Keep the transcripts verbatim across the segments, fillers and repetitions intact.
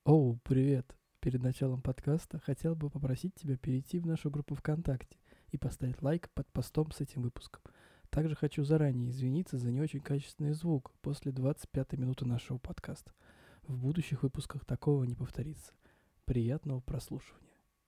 Оу, привет! Перед началом подкаста хотел бы попросить тебя перейти в нашу группу ВКонтакте и поставить лайк под постом с этим выпуском. Также хочу заранее извиниться за не очень качественный звук после двадцать пятой минуты нашего подкаста. В будущих выпусках такого не повторится. Приятного прослушивания.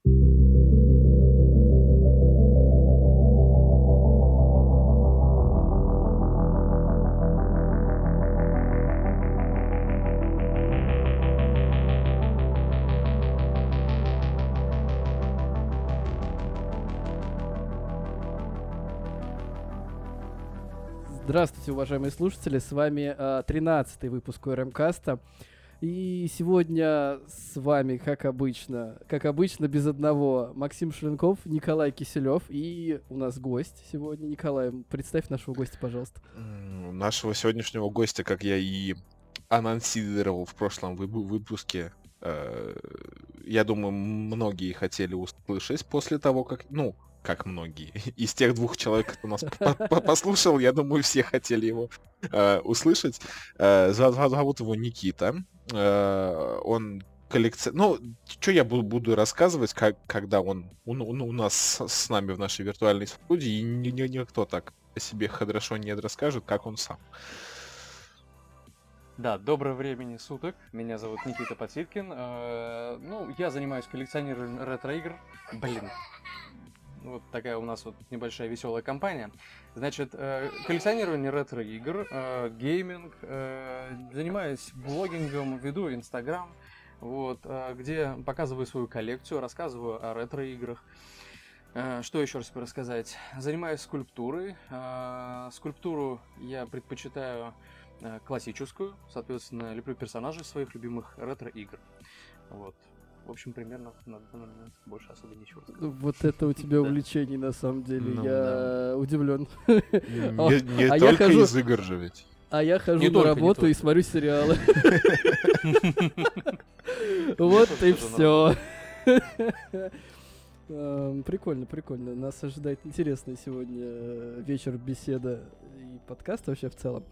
Здравствуйте, уважаемые слушатели, с вами э, тринадцатый выпуск ОРМ-каста. И сегодня с вами, как обычно, как обычно, без одного, Максим Шленков, Николай Киселев и у нас гость сегодня. Николай, представь нашего гостя, пожалуйста. Нашего сегодняшнего гостя, как я и анонсировал в прошлом вып- выпуске, э, я думаю, многие хотели услышать после того, как, ну, как многие, из тех двух человек, кто нас послушал, я думаю, все хотели его э, услышать. Э, зовут его Никита. Э, он коллекционер... Ну, что я буду, буду рассказывать, как, когда он у, у нас с нами в нашей виртуальной студии, и ни, ни, никто так о себе хорошо не расскажет, как он сам. Да, доброго времени суток. Меня зовут Никита Подсидкин. Э, ну, я занимаюсь коллекционированием ретро-игр. Блин. Вот такая у нас вот небольшая веселая компания. Значит, э, коллекционирование ретро-игр, э, гейминг, э, занимаюсь блогингом, веду Инстаграм, вот, э, где показываю свою коллекцию, рассказываю о ретро-играх. Э, что еще раз рассказать? Занимаюсь скульптурой. Э, скульптуру я предпочитаю э, классическую, соответственно, леплю персонажей своих любимых ретро-игр. Вот. В общем, примерно на данный момент больше особо ничего. Вот это у тебя увлечение, на самом деле. Ну, я да. удивлен. Не, не а только я хожу... из игр же ведь. А я хожу не на только, работу и смотрю сериалы. Вот и все. Прикольно, прикольно. Нас ожидает интересный сегодня вечер, беседа и подкаст вообще в целом.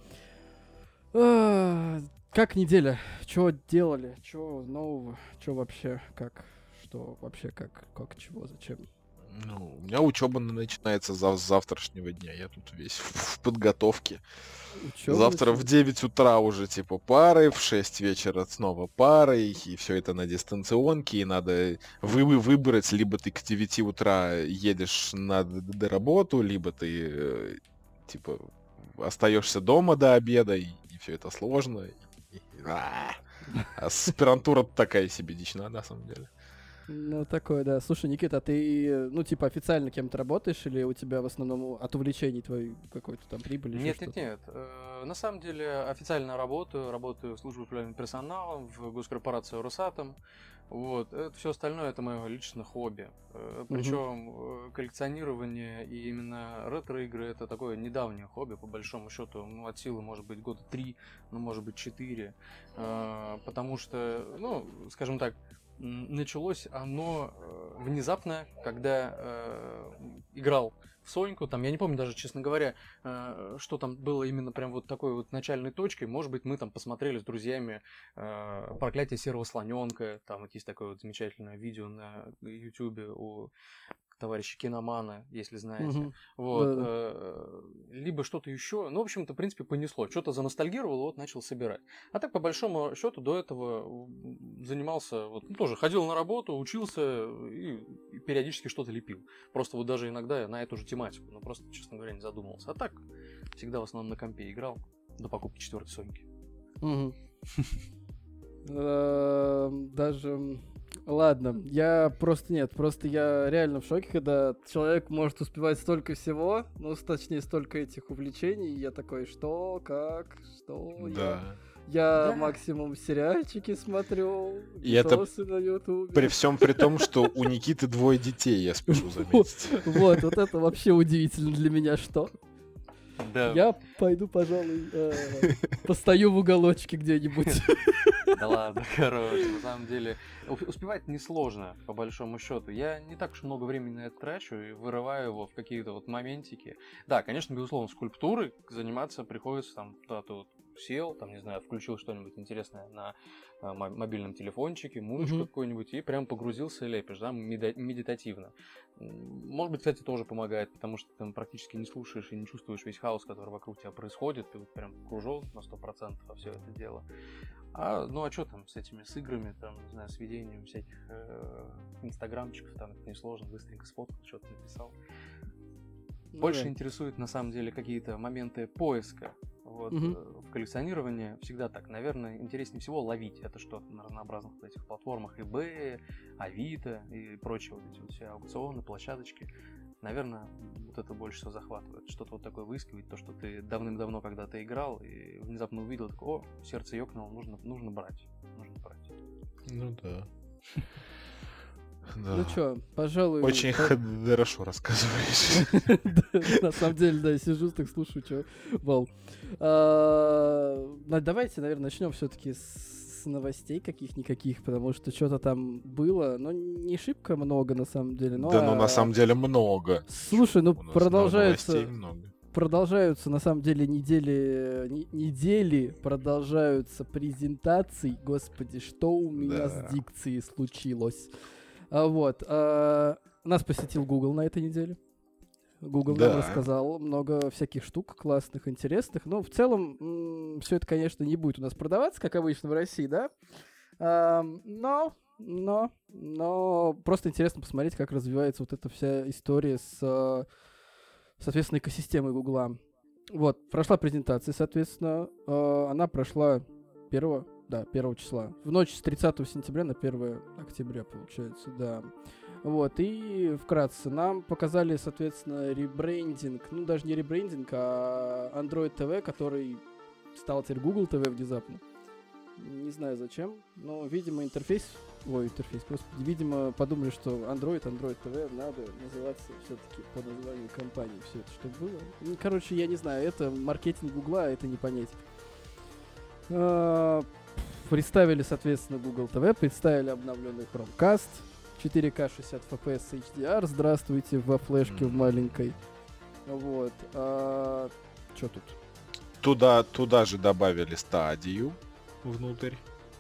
Как неделя? Чего делали? Чего нового? Чего вообще? Как? Что вообще? Как? Как? Чего? Зачем? Ну, у меня учеба начинается за- с завтрашнего дня. Я тут весь в, в подготовке. Учёба Завтра начинается? в девять утра уже типа пары, в шесть вечера снова пары, и все это на дистанционке, и надо вы- выбрать, либо ты к девяти утра едешь на д- д- работу, либо ты э, типа остаешься дома до обеда, и, и все это сложно. И- и- а. Аспирантура такая себе дичь, на на самом деле. Ну, такое, да. Слушай, Никита, а ты, ну, типа, официально кем-то работаешь, или у тебя в основном от увлечений твой какой-то там прибыль? или Нет, что-то? нет, нет. Э, На самом деле официально работаю, работаю в службе управления персоналом, в госкорпорации Росатом. Вот. Это все остальное это мое личное хобби. Э, Причем э, коллекционирование и именно ретро-игры это такое недавнее хобби, по большому счету. Ну, от силы может быть года три, ну, может быть четыре. Э, Потому что, ну, скажем так, м, началось оно э, внезапно, когда э, играл в Соньку, там, я не помню даже, честно говоря, э, что там было именно прям вот такой вот начальной точкой. Может быть, мы там посмотрели с друзьями э, «Проклятие серого слоненка», там вот есть такое вот замечательное видео на Ютубе у товарища Киномана, если знаете. Мгм. Вот. Да-да. э, Либо что-то еще. Ну, в общем-то, в принципе, понесло. Что-то заностальгировал, вот начал собирать. А так, по большому счету, до этого м, занимался, вот, ну, тоже ходил на работу, учился и, и периодически что-то лепил. Просто вот даже иногда на эту же тематику. Ну, просто, честно говоря, не задумывался. А так, всегда в основном на компе играл до покупки четвертой Соньки. Мгм. Эм, Даже... Ладно, я просто нет, просто я реально в шоке, когда человек может успевать столько всего, ну, с- точнее, столько этих увлечений, и я такой, что, как, что, я... Да. Я Да. максимум сериальчики смотрю, И это видосы на ютубе. При всем при том, что у Никиты двое детей, я спешу заметить. Вот, вот это вообще удивительно для меня, что. Да. Я пойду, пожалуй, э, постою в уголочке где-нибудь. Да ладно, короче, на самом деле у- успевать несложно, по большому счету. Я не так уж много времени на это трачу и вырываю его в какие-то вот моментики. Да, конечно, безусловно, скульптурой заниматься приходится там куда-то вот сел, там, не знаю, включил что-нибудь интересное на а, мо- мобильном телефончике, музычку Мгм. какую-нибудь, и прям погрузился и лепишь, да, меда- медитативно. М, Может быть, кстати, тоже помогает, потому что ты там практически не слушаешь и не чувствуешь весь хаос, который вокруг тебя происходит, ты вот прям погружен на сто процентов во все это дело. А, ну а что там с этими, с играми, там, не знаю, с ведением всяких э, инстаграмчиков, там это несложно, быстренько сфоткал, что-то написал. Ну Больше да. интересует на самом деле какие-то моменты поиска. Вот, Мгм. э, в коллекционировании всегда так. Наверное, интереснее всего ловить это что-то на разнообразных вот этих платформах eBay, Авито и прочие вот эти вот все аукционы, площадочки. Наверное, вот это больше всего захватывает. Что-то вот такое выискивать, то, что ты давным-давно когда-то играл и внезапно увидел, такой, о, сердце ёкнуло, нужно, нужно брать. Нужно брать. Ну да. Ну Да. чё, пожалуй... Очень по- хорошо рассказываешь. Да, на самом деле, да, я сижу, так слушаю, что... Вау. А, ну, давайте, наверное, начнем все-таки с новостей каких-никаких, потому что что-то там было, но не шибко много, на самом деле. Ну, Да, ну а- на самом деле много. Слушай, ну У нас продолжается... новостей много. Продолжаются, на самом деле, недели, не- недели продолжаются презентации. Господи, что у меня Да. с дикцией случилось? А, вот. а, нас посетил Google на этой неделе. Google нам Да. рассказал много всяких штук классных, интересных. Но в целом все это, конечно, не будет у нас продаваться, как обычно в России, да? А, но, но, но просто интересно посмотреть, как развивается вот эта вся история с, а, соответственно, экосистемой Гугла. Вот, прошла презентация, соответственно, э, она прошла первого, да, первого числа. В ночь с тридцатого сентября на первое октября, получается, да. Вот, и вкратце нам показали, соответственно, ребрендинг, ну, даже не ребрендинг, а Android ти ви, который стал теперь Google ти ви внезапно. Не знаю зачем, но, видимо, интерфейс, ой, интерфейс, господи, видимо, подумали, что Android, Android ти ви надо называться все-таки по названию компании, все это, что было. Ну, короче, я не знаю, это маркетинг Гугла, это не понять. А, Представили, соответственно, Google ти ви, представили обновленный Chromecast, четыре ка шестьдесят эф пи эс эйч ди ар, здравствуйте, во флешке в Мгм. маленькой. Вот. А, что тут? Туда, туда же добавили стадию внутрь.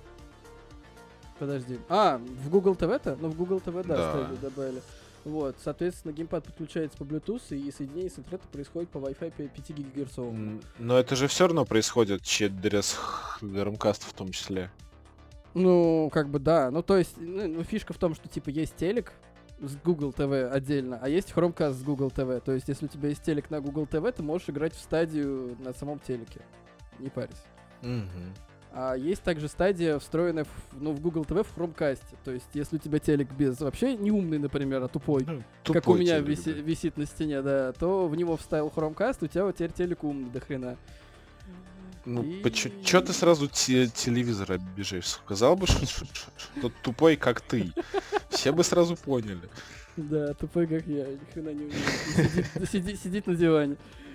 Подожди. А, в Google ти ви-то? Ну, в Google ти ви, да, Да. стадию добавили. Вот, соответственно, геймпад подключается по Bluetooth, и соединение с интернетом происходит по Wi-Fi пяти гигагерцовому. М, Но это же все равно происходит через Chromecast в том числе. Ну, как бы да. Ну, то есть, ну, ну, фишка в том, что, типа, есть телек с Google ти ви отдельно, а есть Chromecast с Google ти ви. То есть, если у тебя есть телек на Google ти ви, ты можешь играть в стадию на самом телеке. Не парься. Мгм. А есть также стадия, встроенная в, ну, в Google ти ви в Chromecast. То есть, если у тебя телек без вообще не умный, например, а тупой, Ну, как у тупой меня телек, виси- да. висит на стене, да, то в него вставил Chromecast, у тебя вот теперь телек умный до хрена. Ну, И- чё ты сразу те- телевизор обижаешь? Сказал бы, что что тупой, как ты. Все бы сразу поняли. Да, тупой как я, ни хрена не умеет. Сидит, сидит- сидит на диване.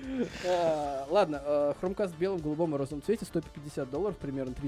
А, ладно, а, Chromecast в белом, голубом и розовом цвете, сто пятьдесят долларов, примерно три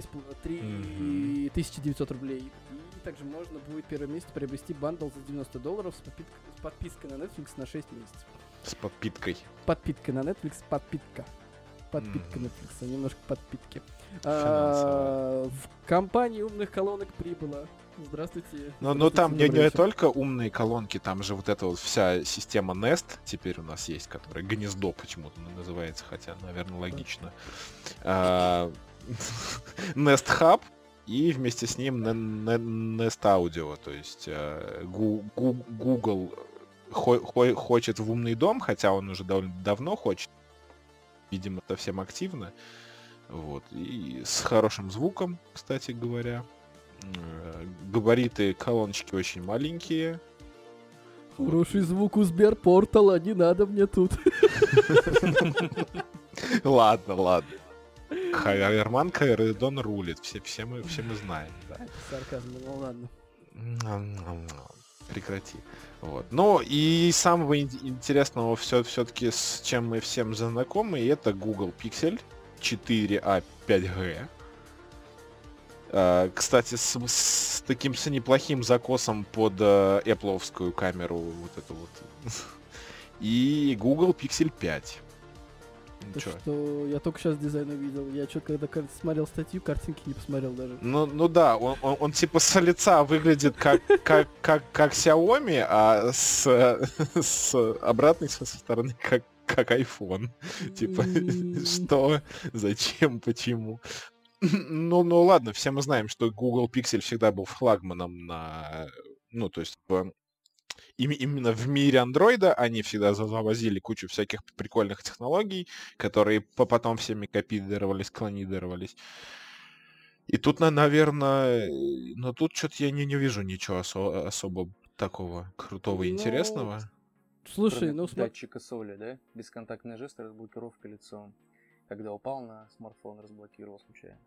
тысячи девятьсот рублей. И также можно будет в первом месяце приобрести бандл за девяносто долларов с, подпит- с подпиской на Netflix на шесть месяцев. С подпиткой. Подпитка на Netflix, подпитка. Подпитка Мгм. Netflix, а немножко подпитки. Финансовая. А, В компании умных колонок прибыло. Здравствуйте. Но, но там не, Здравствуйте, не добрый вечер. только умные колонки, там же вот эта вот вся система Nest теперь у нас есть, которая гнездо почему-то называется, хотя, наверное, логично. А, Nest Hub и вместе с ним Не- Не- Nest Audio, то есть э, Гу- Гу- Google хо- хо- хочет в умный дом, хотя он уже довольно давно хочет, видимо, совсем активно, вот, и с хорошим звуком, кстати говоря. Э, Габариты колоночки очень маленькие. Хороший звук у Сберпортала, не надо мне тут. Ладно, ладно. Хайерман Кайредон рулит. Все, все, мы, все мы знаем, да. Это сарказм, ну ладно. Прекрати. Вот. Ну и самого ин- интересного все, все-таки, с чем мы всем знакомы, это Google Pixel четыре а пять джи. А, кстати, с, с таким с неплохим закосом под э, Apple-овскую камеру, вот эту вот. И Google Pixel пять. То, Чё? что я только сейчас дизайн увидел. Я что-то когда кажется, смотрел статью, картинки не посмотрел даже. Ну, ну да, он, он, он типа с лица выглядит как, как, как, как Xiaomi, а с, с обратной со стороны как, как iPhone. Типа, М. что? Зачем? Почему? Ну, ну ладно, все мы знаем, что Google Pixel всегда был флагманом на... Ну, то есть в- им- именно в мире андроида они всегда за- завозили кучу всяких прикольных технологий, которые по- потом всеми копировались, клонировались. И тут, наверное, но тут что-то я не, не вижу ничего осо- особо такого крутого и Ну, интересного. Слушай, Кроме ну смотри. датчика соли, да? Бесконтактный жест, разблокировка лицом. Когда упал на смартфон, разблокировал случайно.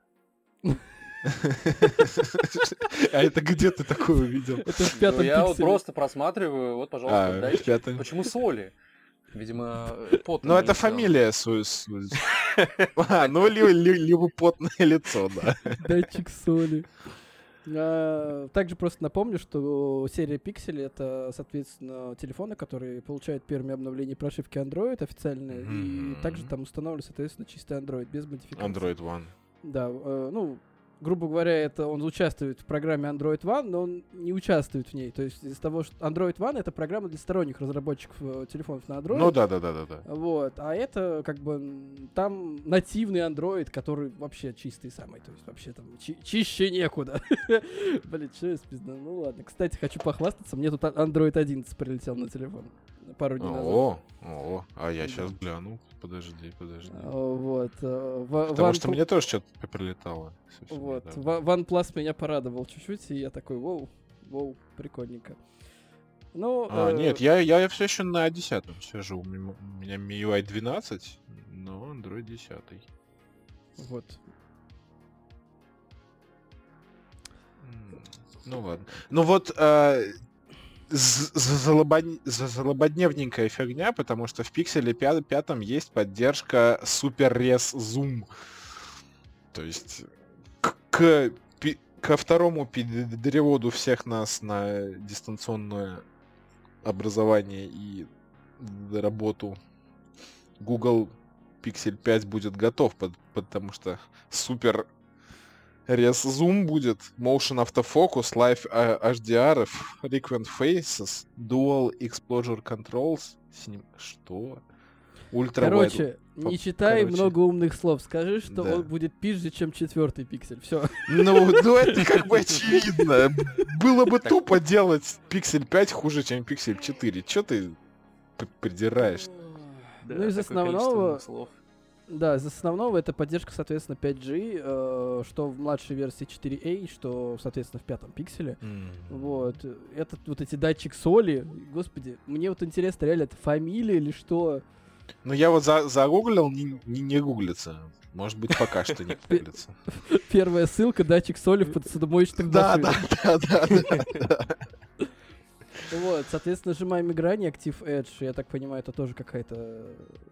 А это где ты такое увидел? Это в Ну, пятом я вот пикселе. просто просматриваю, вот, пожалуйста, А, в датчик. пятом. Почему соли? Видимо, э, пот Ну, на это лицо. фамилия. су- су- А, ну, ли- ли- либо потное лицо, да. Датчик соли. А, Также просто напомню, что серия Pixel это, соответственно, телефоны, которые получают первые обновления прошивки Android официальные, и Мгм. также там устанавливают, соответственно, чистый Android без модификаций. Android One. Да, э, ну, грубо говоря, это он участвует в программе Android One, но он не участвует в ней. То есть из-за того, что Android One это программа для сторонних разработчиков э, телефонов на Android. Ну да, да, да, да, да. Вот, а это как бы м, там нативный Android, который вообще чистый самый, то есть вообще там чи- чище некуда. Блин, что я спизда? Ну ладно. Кстати, хочу похвастаться, мне тут а- Android одиннадцать прилетел на телефон пару дней назад. О, о, а я Да. сейчас гляну. Подожди, подожди. А, Вот. э, в- Потому что OnePlus- мне тоже что-то прилетало. совсем Вот, недавно. Ва- OnePlus меня порадовал чуть-чуть, и я такой, воу, воу, прикольненько. Ну, А, э, нет, я, я все еще на десятом сижу. У меня у меня эм ай ю ай двенадцать, но Android десять. вот. М, Ну ладно. Ну вот э, з- з- злобод- з- злободневненькая фигня, потому что в пикселе пя- пятом есть поддержка Super Res Zoom. То есть к, к пи- ко второму переводу всех нас на дистанционное образование и работу Google Pixel пять будет готов, под- потому что супер Res Zoom будет, Motion Autofocus, Live а, эйч ди ар, Frequent Faces, Dual Exposure Controls, Cinem- что? Ультра Короче, не читай короче. много умных слов. Скажи, что Да. он будет пизже, чем четвертый пиксель. Все. Ну, ну это как бы очевидно. Было бы тупо делать Pixel пять хуже, чем Pixel четыре. Чё ты п- придираешь? Да, Ну, из такое количество основного, умных слов. да, из основного это поддержка, соответственно, пять джи, э, что в младшей версии четыре эй, что, соответственно, в пятом пикселе. Вот. Этот вот эти датчик соли, господи, мне вот интересно, реально, это фамилия или что? Ну я вот за- загуглил, не, не, не гуглится. Может быть, пока что не гуглится. Первая ссылка, датчик соли в посудомоечных Да, машинах. да, да, да, да. Вот, соответственно, нажимаем играние, Active Edge, я так понимаю, это тоже какая-то...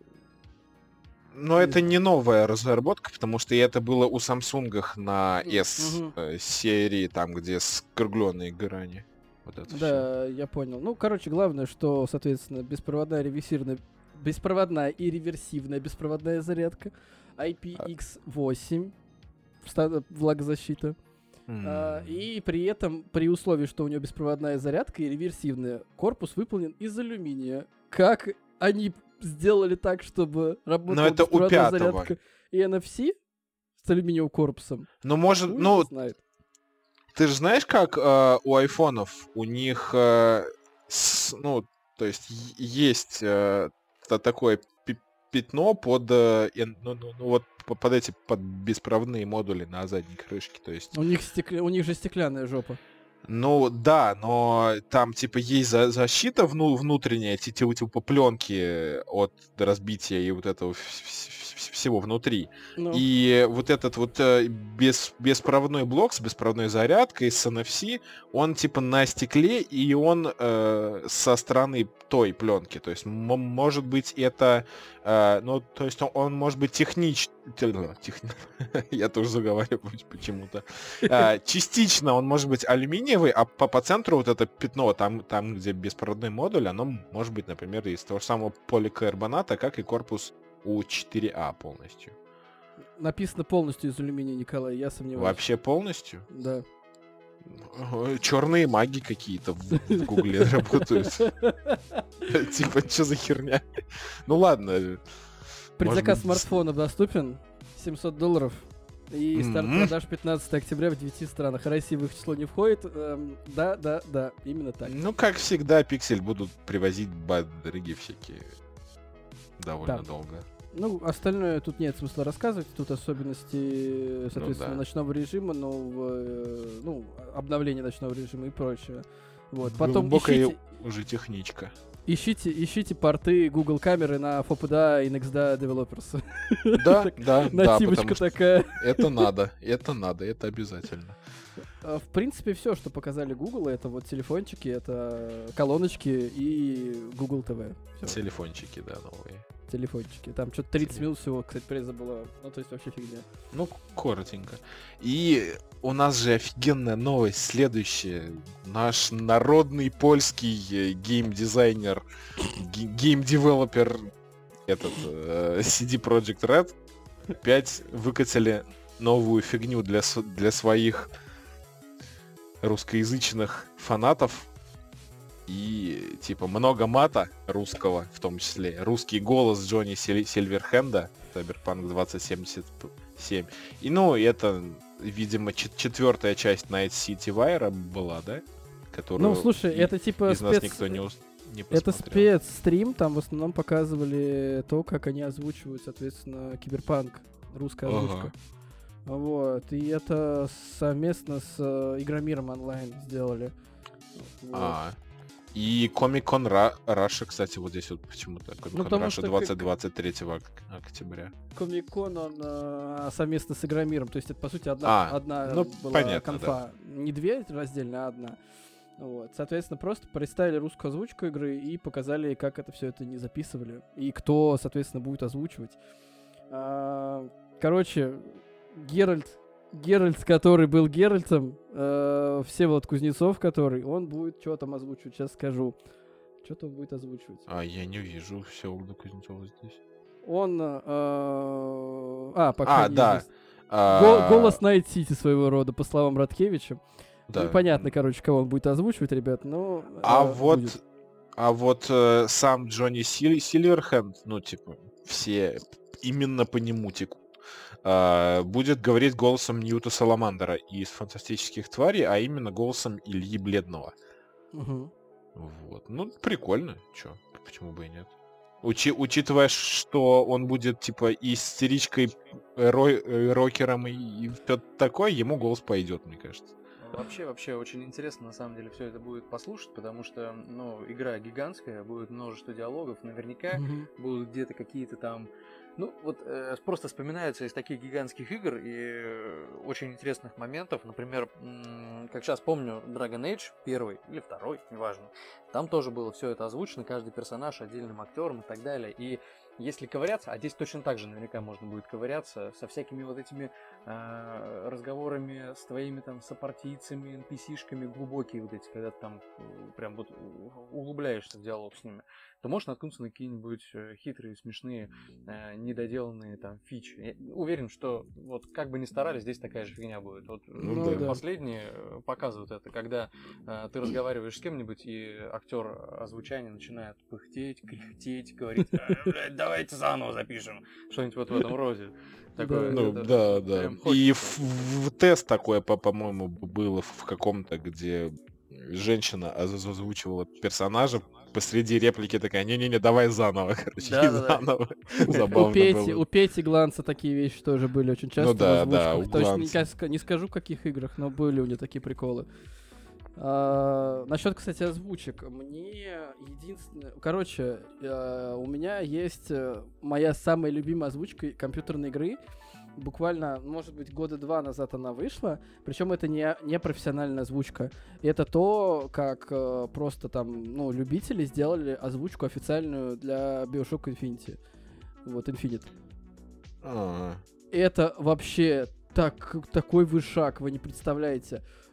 Но это не новая разработка, потому что это было у Samsung на S Мгм. э, серии, там, где скругленные грани. Вот это всё. Да, я понял. Ну, короче, главное, что, соответственно, беспроводная реверсивная, беспроводная и реверсивная беспроводная зарядка, ай пи икс восемь, вста- влагозащита. А, М. и при этом, при условии, что у нее беспроводная зарядка и реверсивная, корпус выполнен из алюминия. Как они сделали так, чтобы работала это у беспроводная пятого. зарядка и эн эф си с алюминиевым корпусом? Ну, может, Хуй ну, его знает. ты же знаешь, как э, у айфонов, у них, э, с- ну, то есть е- есть э, та- такое пи- пятно под, э, ин- ну, ну, ну, вот по- под эти, под беспроводные модули на задней крышке, то есть. У них, стекля... у них же стеклянная жопа. Ну да, но там типа есть за- защита вну- внутренняя, ти- ти- типа пленки от разбития и вот этого вс- вс- вс- всего внутри. Ну, И вот этот вот э, без, беспроводной блок с беспроводной зарядкой, с эн эф си, он типа на стекле, и он э, со стороны той пленки. То есть, м- может быть, это... э, ну, то есть, он, он может быть технич... техни- Я тоже заговариваюсь почему-то. А, частично он может быть алюминиевый, а по, по центру вот это пятно, там, там, где беспроводной модуль, оно может быть, например, из того же самого поликарбоната, как и корпус у четыре а полностью. Написано полностью из алюминия, Николай, я сомневаюсь. Вообще полностью? Да. Черные маги какие-то в Гугле работают. Типа, что за херня? Ну ладно. Предзаказ смартфонов доступен. семьсот долларов. И старт продаж пятнадцатого октября в девяти странах. Россия в их число не входит. Эм, да, да, да, именно так. Ну, как всегда, Pixel будут привозить бадрыги всякие довольно Да. долго. Ну, остальное тут нет смысла рассказывать. Тут особенности, соответственно, Ну, да. ночного режима, нового, э, ну, обновления ночного режима и прочее. Вот. Потом Глубокая ищите, уже техничка. ищите, ищите порты Google камеры на эф о пи ди эй и Nextda Developers. Да, да, да, Нативочка потому что такая. это надо, это надо, это обязательно. А, В принципе, все, что показали Google, это вот телефончики, это колоночки и Google ти ви. Всё. Телефончики, да, новые. Телефончики. Там что-то тридцать Теле- минут всего, кстати, преза была. Ну, то есть вообще фигня. Ну, коротенько. И у нас же офигенная новость следующая. Наш народный польский э, гейм-дизайнер, ге- гейм-девелопер, этот, э, си ди Projekt Red, опять выкатили новую фигню для, с- для своих русскоязычных фанатов. И, типа, много мата русского, в том числе. Русский голос Джонни Сил- Сильверхенда, Cyberpunk двадцать семьдесят семь. И, ну, это, видимо, чет- четвертая часть Night City Wire была, да? Которую Ну, слушай, и- это типа из нас спец... никто не, ус- не Это посмотрел. спецстрим, там в основном показывали то, как они озвучивают, соответственно, Киберпанк, русская Ага. озвучка. Вот, и это совместно с э, Игромиром онлайн сделали. Вот. А, и Comic-Con Ra- Russia, кстати, вот здесь вот почему-то. Comic-Con Ну, потому Russia что как- двадцать двадцать третьего ок- октября. Комик-кон, он э, совместно с Игромиром, то есть это, по сути, одна, А, одна ну, была понятно, конфа. Не две раздельно, а одна. Вот. Соответственно, просто представили русскую озвучку игры и показали, как это все это не записывали. И кто, соответственно, будет озвучивать. А, короче, Геральт, Геральт, который был Геральтом, э, Всеволод Кузнецов, который, он будет что там озвучивать, сейчас скажу. Что-то он будет озвучивать. А, я не вижу Всеволода Кузнецова здесь. Он... э, а, пока А, не да. известно. А, Го- Голос Найт Сити своего рода, по словам Радкевича. да. Непонятно, короче, кого он будет озвучивать, ребят, но... А э, вот, будет. а вот э, сам Джонни Сил- Сильверхенд, ну, типа, все именно по нему текут, а, будет говорить голосом Ньюта Саламандера из «Фантастических тварей», а именно голосом Ильи Бледного. Мгм. Вот. Ну, прикольно. Чё, почему бы и нет? Учи- учитывая, что он будет, типа, и истеричкой, э, ро- э, рокером и, и всё такое, ему голос пойдет, мне кажется. Вообще, вообще очень интересно на самом деле все это будет послушать, потому что, ну, игра гигантская, будет множество диалогов, наверняка Мгм. будут где-то какие-то там, ну, вот э, просто вспоминаются из таких гигантских игр и э, очень интересных моментов, например, м, как сейчас помню, Dragon Age первый или второй, неважно, там тоже было все это озвучено, каждый персонаж отдельным актером и так далее, и если ковыряться, а здесь точно так же наверняка можно будет ковыряться со всякими вот этими э, разговорами с твоими там сопартийцами, эн пи си-шками, глубокие вот эти, когда ты там э, прям вот углубляешься в диалог с ними, то можешь наткнуться на какие-нибудь э, хитрые, смешные, э, недоделанные там фичи. Я уверен, что вот как бы ни старались, здесь такая же фигня будет. Вот Ну э, да. последние э, показывают это, когда э, ты разговариваешь с кем-нибудь, и актер озвучания начинает пыхтеть, кряхтеть, говорить: «Э, блядь, давайте заново запишем. Что-нибудь вот в этом роде. Такое, Ну, это да, да. прям И хочется. в, в тест такое, по- по-моему, было в каком-то, где женщина оз- озвучивала персонажа, посреди реплики такая: не-не-не, давай заново, короче, и Да-да-да. заново. У Забавно Пети, было. у Пети Гланца такие вещи тоже были очень часто Ну да, в да, озвучках. у Точно не, Гланца. ска- не скажу, в каких играх, но были у него такие приколы. А, насчет, кстати, озвучек. Мне единственное... Короче, э, у меня есть э, моя самая любимая озвучка компьютерной игры. Буквально, может быть, года два назад она вышла. Причем это не, не профессиональная озвучка. Это то, как э, просто там, ну, любители сделали озвучку официальную для Bioshock Infinity. Вот, Infinite. А, Это вообще так, такой вышаг, вы не представляете.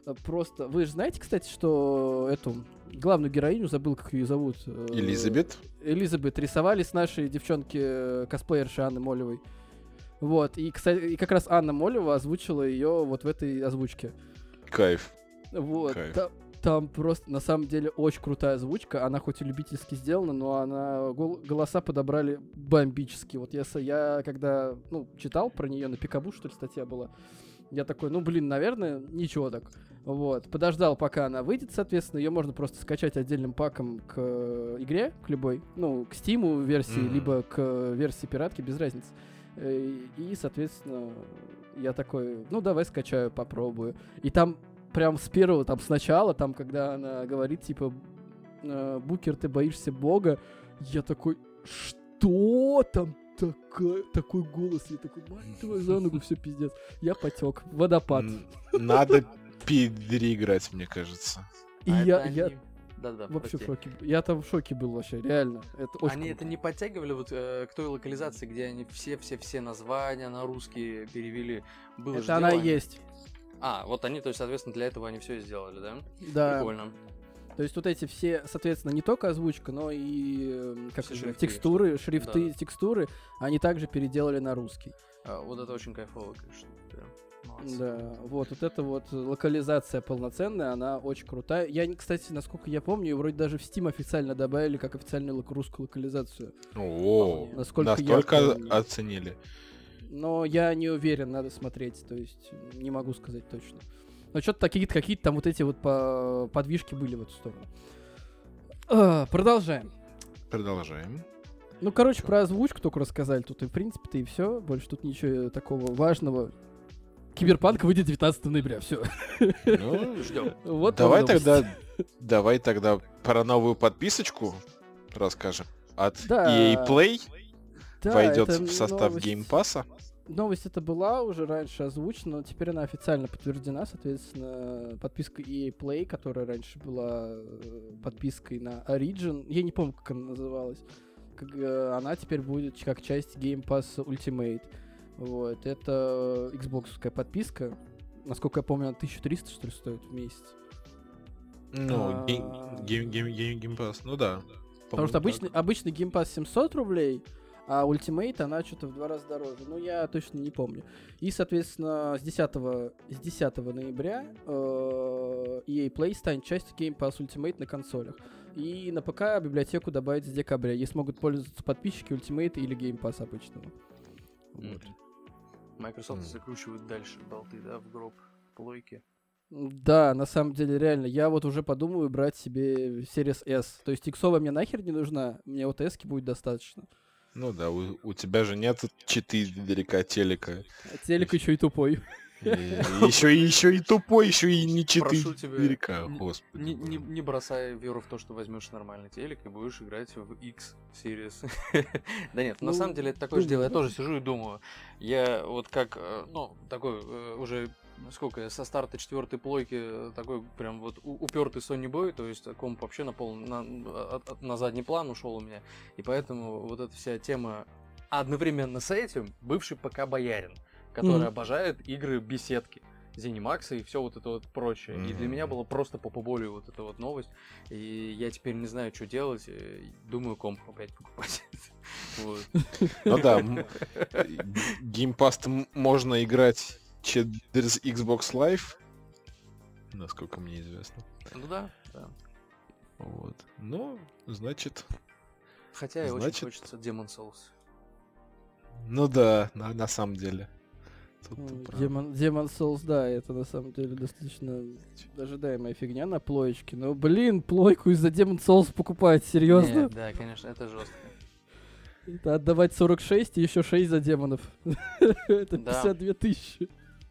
просто... Вы же знаете, кстати, что эту главную героиню, забыл, как ее зовут. э, Элизабет? Элизабет рисовали с нашей девчонки э, косплеерши Анны Молевой. Вот, и, кстати, и как раз Анна Молева озвучила ее вот в этой озвучке. Кайф. Вот, Кайф. та- там просто, на самом деле, очень крутая озвучка. Она хоть и любительски сделана, но она гол- голоса подобрали бомбически. Вот я, с- я когда, ну, читал про нее, на Пикабу, что ли, статья была, я такой, ну, блин, наверное, ничего так. Вот, подождал, пока она выйдет, соответственно, ее можно просто скачать отдельным паком к э, игре, к любой, ну, к Steam версии, Мгм. либо к э, версии пиратки, без разницы. Э, И, соответственно, я такой, ну, давай скачаю, попробую. И там прям с первого, там сначала, там, когда она говорит, типа, э, Букер, ты боишься Бога, я такой, что там такая, такой голос, я такой, мать твою за ногу, все пиздец. Я потек, водопад. М, Надо переиграть, мне кажется. И А я, это я они- Да-да, вообще в прости. шоке. Я там в шоке был вообще, реально. Это очень Они круто. это не подтягивали вот э, к той локализации, где они все-все-все названия на русские перевели? Было же Это она и дело, они- есть. А, вот они, то есть, соответственно, для этого они все и сделали, да? Да. Прикольно. То есть вот эти все, соответственно, не только озвучка, но и э, как Все это, шрифты, текстуры, шрифты, Да. текстуры, они также переделали на русский. А, вот это очень кайфово, конечно. Прям молодцы. Да, вот, вот эта вот локализация полноценная, она очень крутая. Я, не- кстати, насколько я помню, ее вроде даже в Steam официально добавили как официальную лок- русскую локализацию. О, Насколько я настолько помню. оценили. Но я не уверен, надо смотреть, то есть не могу сказать точно. Но что-то какие-то, какие-то там вот эти вот по- подвижки были в эту сторону. А, продолжаем. Продолжаем. Ну, короче, про озвучку только рассказали. Тут и, в принципе-то, и все. Больше тут ничего такого важного. Киберпанк выйдет девятнадцатого ноября. Все. Ну, Ждем. Вот давай вам новость. тогда, давай тогда про новую подписочку расскажем. От Да. и эй Play Да, войдет это в состав новость- Game Pass'а. Новость эта была уже раньше озвучена, но теперь она официально подтверждена. Соответственно, подписка и эй Play, которая раньше была э, подпиской на Origin, я не помню, как она называлась, как, э, она теперь будет как часть Game Pass Ultimate. Вот. Это Xbox-овская подписка. Насколько я помню, она тысяча триста, что ли, стоит в месяц. Ну, А. Game, Game, Game, Game, Game Pass, ну да. Потому что По-моему, обычный, обычный Game Pass семьсот рублей, а Ultimate она что-то в два раза дороже. Ну, я точно не помню. И, соответственно, с десятого, с десятого ноября э, и эй Play станет частью Game Pass Ultimate на консолях. И на ПК библиотеку добавить с декабря. Ей смогут пользоваться подписчики Ultimate или Game Pass обычного. Вот. Microsoft Мгм. закручивает дальше болты, да, в гроб плойки. Да, на самом деле, реально, я вот уже подумаю брать себе Series S. То есть иксовая мне нахер не нужна, мне вот S будет достаточно. Ну да, у, у тебя же нет четыре ка телека. А телек еще и тупой. Еще и еще и тупой, еще и не Прошу четыре тебя, ка, н- господи. Не, не, боже. не бросай веру в то, что возьмешь нормальный телек и будешь играть в X Series. Да нет, на Ну, самом деле это такое же дело. Я думаю. тоже сижу и думаю. Я вот как, э, ну, такой э, уже, сколько я, со старта четвертой плойки, э, такой прям вот у- упертый Sony Boy, то есть комп вообще на, пол, на, от- от- на задний план ушел у меня. И поэтому вот эта вся тема одновременно с этим бывший ПК-боярин, который Мгм. обожает игры беседки. Зенимакса и все вот это вот прочее. И для меня Мгм. было просто по поболью вот эта вот новость. И я теперь не знаю, что делать. и Думаю, комп опять покупать. Вот. Ну да, м- Game Pass м- можно играть через Xbox Live, насколько мне известно. Ну да, да. Вот. Ну, значит, Хотя и очень Значит- хочется Demon Souls. ну да, на, на самом деле. Тут ты Ой, прав. Demon, Demon Souls, да, это на самом деле достаточно ожидаемая фигня на плоечке. Но, блин, плойку из-за Demon Souls покупать, серьезно? Нет, да, конечно, это жестко. Это отдавать сорок шесть и еще шесть за демонов. Это Да. пятьдесят две тысячи.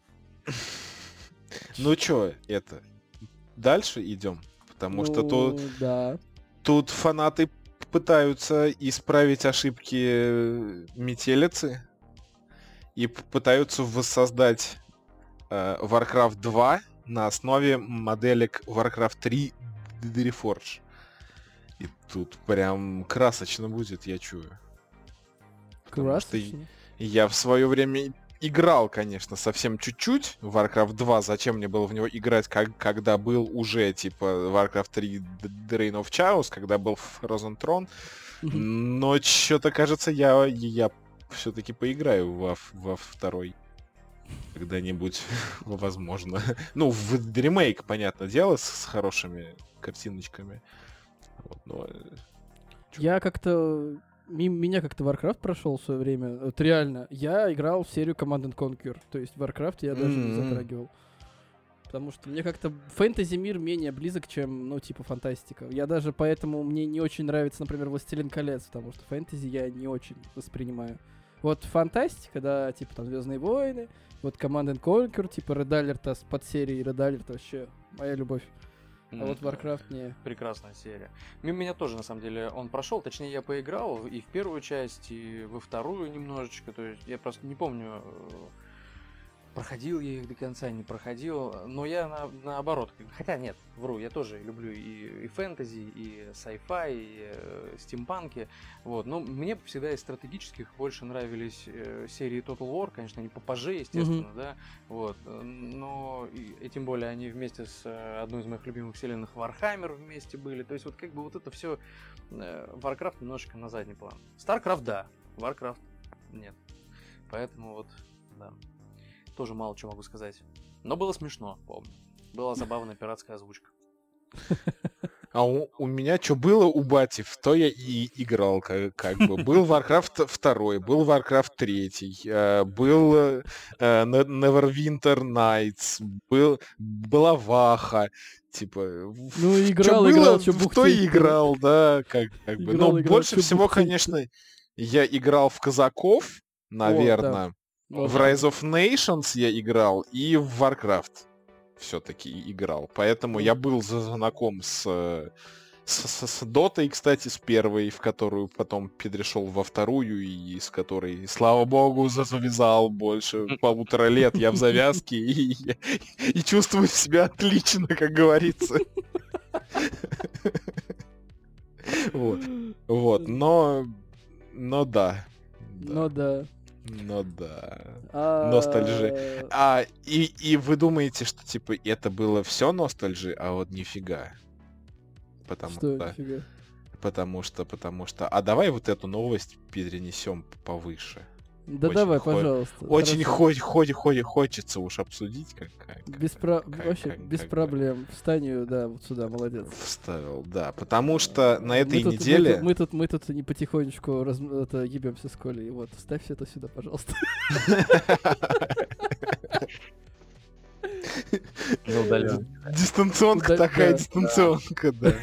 Ну чё, это, дальше идем, потому что тут, Ну, да. тут фанаты пытаются исправить ошибки э, метелицы и п- пытаются воссоздать э, Warcraft два на основе моделек Warcraft три ди Reforge. И тут прям красочно будет, я чую. Потому что Красочно. Я в свое время играл, конечно, совсем чуть-чуть в Warcraft два. Зачем мне было в него играть, как, когда был уже, типа, Warcraft три Drain of Chaos, когда был Frozen Throne. Но что-то, кажется, я, я все-таки поиграю во, во второй. Когда-нибудь, возможно. Ну, в ремейк, понятное дело, с, с хорошими картиночками. Вот, но... Я как-то... Меня как-то Warcraft прошел в свое время. Вот реально. Я играл в серию Command and Conquer. То есть Warcraft я даже mm-hmm. не затрагивал. Потому что мне как-то фэнтези-мир менее близок, чем, ну, типа, фантастика. Я даже поэтому мне не очень нравится, например, «Властелин колец», потому что фэнтези я не очень воспринимаю. Вот фантастика, да, типа, там, «Звездные войны», вот Command and Conquer, типа, Red Alert, под серией Red Alert вообще моя любовь. А mm, вот Warcraft не... Прекрасная серия. Мимо меня тоже, на самом деле, он прошел. Точнее, я поиграл и в первую часть, и во вторую немножечко. То есть я просто не помню, проходил я их до конца, не проходил. Но я на, наоборот... Хотя нет, вру, я тоже люблю и, и фэнтези, и sci-fi, и э, стимпанки. Вот. Но мне всегда из стратегических больше нравились э, серии Total War. Конечно, они по паже, естественно, mm-hmm. да. Вот. Но и, и тем более они вместе с э, одной из моих любимых вселенных Warhammer вместе были. То есть вот как бы вот это все э, Warcraft немножечко на задний план. StarCraft, да. Warcraft нет. Поэтому вот, да. Тоже мало чего могу сказать. Но было смешно, помню. Была забавная пиратская озвучка. А у, у меня что было у бати, в то я и играл, как, как бы. Был Warcraft два, был Warcraft три, э, был э, Neverwinter Nights, был, была Ваха. Типа, ну, играл, было, играл, что в то и играл, да, как, как бы. Играл, Но играл, больше всего, конечно, я играл в казаков, наверное. О, да. В Rise of Nations я играл и в Warcraft все-таки играл. Поэтому mm. я был знаком с, с, с Дотой, кстати, с первой, в которую потом перешел во вторую, и с которой, слава богу, завязал больше полутора лет. Я в завязке и, и, и чувствую себя отлично, как говорится. Вот. Вот. Но... Но да. Но да. Ну да. Ностальжи. А, и, и вы думаете, что типа это было все ностальжи, а вот нифига. Потому что, что. Нифига? Потому что, потому что. А давай вот эту новость перенесем повыше. Да очень давай, хо... пожалуйста. Очень хоть, хоть, хоть, хочется уж обсудить, как, как без про... как, вообще как, без как, проблем. Встань ее, да, вот сюда, молодец. Вставил, да, потому что на этой мы неделе... Тут, мы, тут, мы, тут, мы тут не потихонечку раз... это, ебемся с Колей. Вот, вставь это сюда, пожалуйста. Дистанционка такая, дистанционка, да.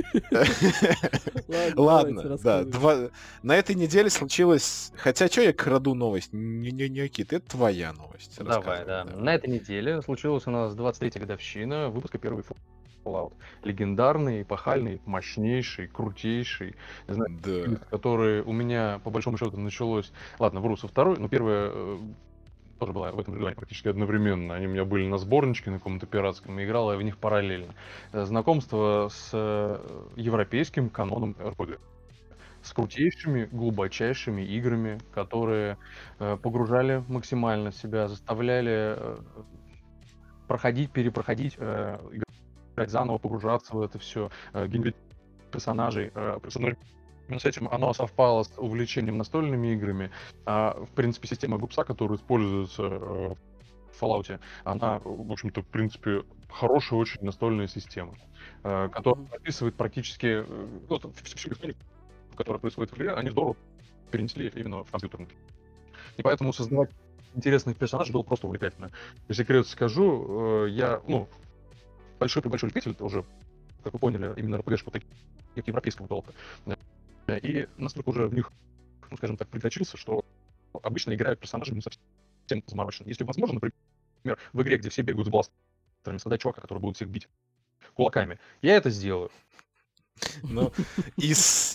Ладно, да. Два... На этой неделе случилось... Хотя, что я краду новость? Не, не, не, Кит, это твоя новость. Давай, да. да. На этой неделе случилась у нас двадцать третья годовщина выпуска первой Fallout. Легендарный, эпохальный, мощнейший, крутейший. Знаю, да. Который у меня, по большому счету, началось... Ладно, вру, со второй, но первая... тоже была в этом регионе практически одновременно. Они у меня были на сборничке на каком-то пиратском, и играл я в них параллельно. Знакомство с европейским каноном эр пи джи. С крутейшими, глубочайшими играми, которые погружали максимально себя, заставляли проходить, перепроходить, играть заново, погружаться в это все, генерить персонажей. С этим оно совпало с увлечением настольными играми. А, в принципе, система гупса, которая используется э, в Fallout, она, в общем-то, в принципе, хорошая очень настольная система, э, которая описывает практически... Э, вот, всю механику, которая происходит в игре, они здорово перенесли именно в компьютерную. И поэтому создавать интересных персонажей было просто увлекательно. По секрету скажу, э, я, ну, большой-большой любитель уже, как вы поняли, именно эр пи джи-шек вот таких европейского толка. И настолько уже в них, ну, скажем так, придрочился, что обычно играют персонажами совсем замороченными. Если возможно, например, в игре, где все бегают с бластерами, создать чувака, который будет всех бить кулаками, я это сделаю. Ну, из,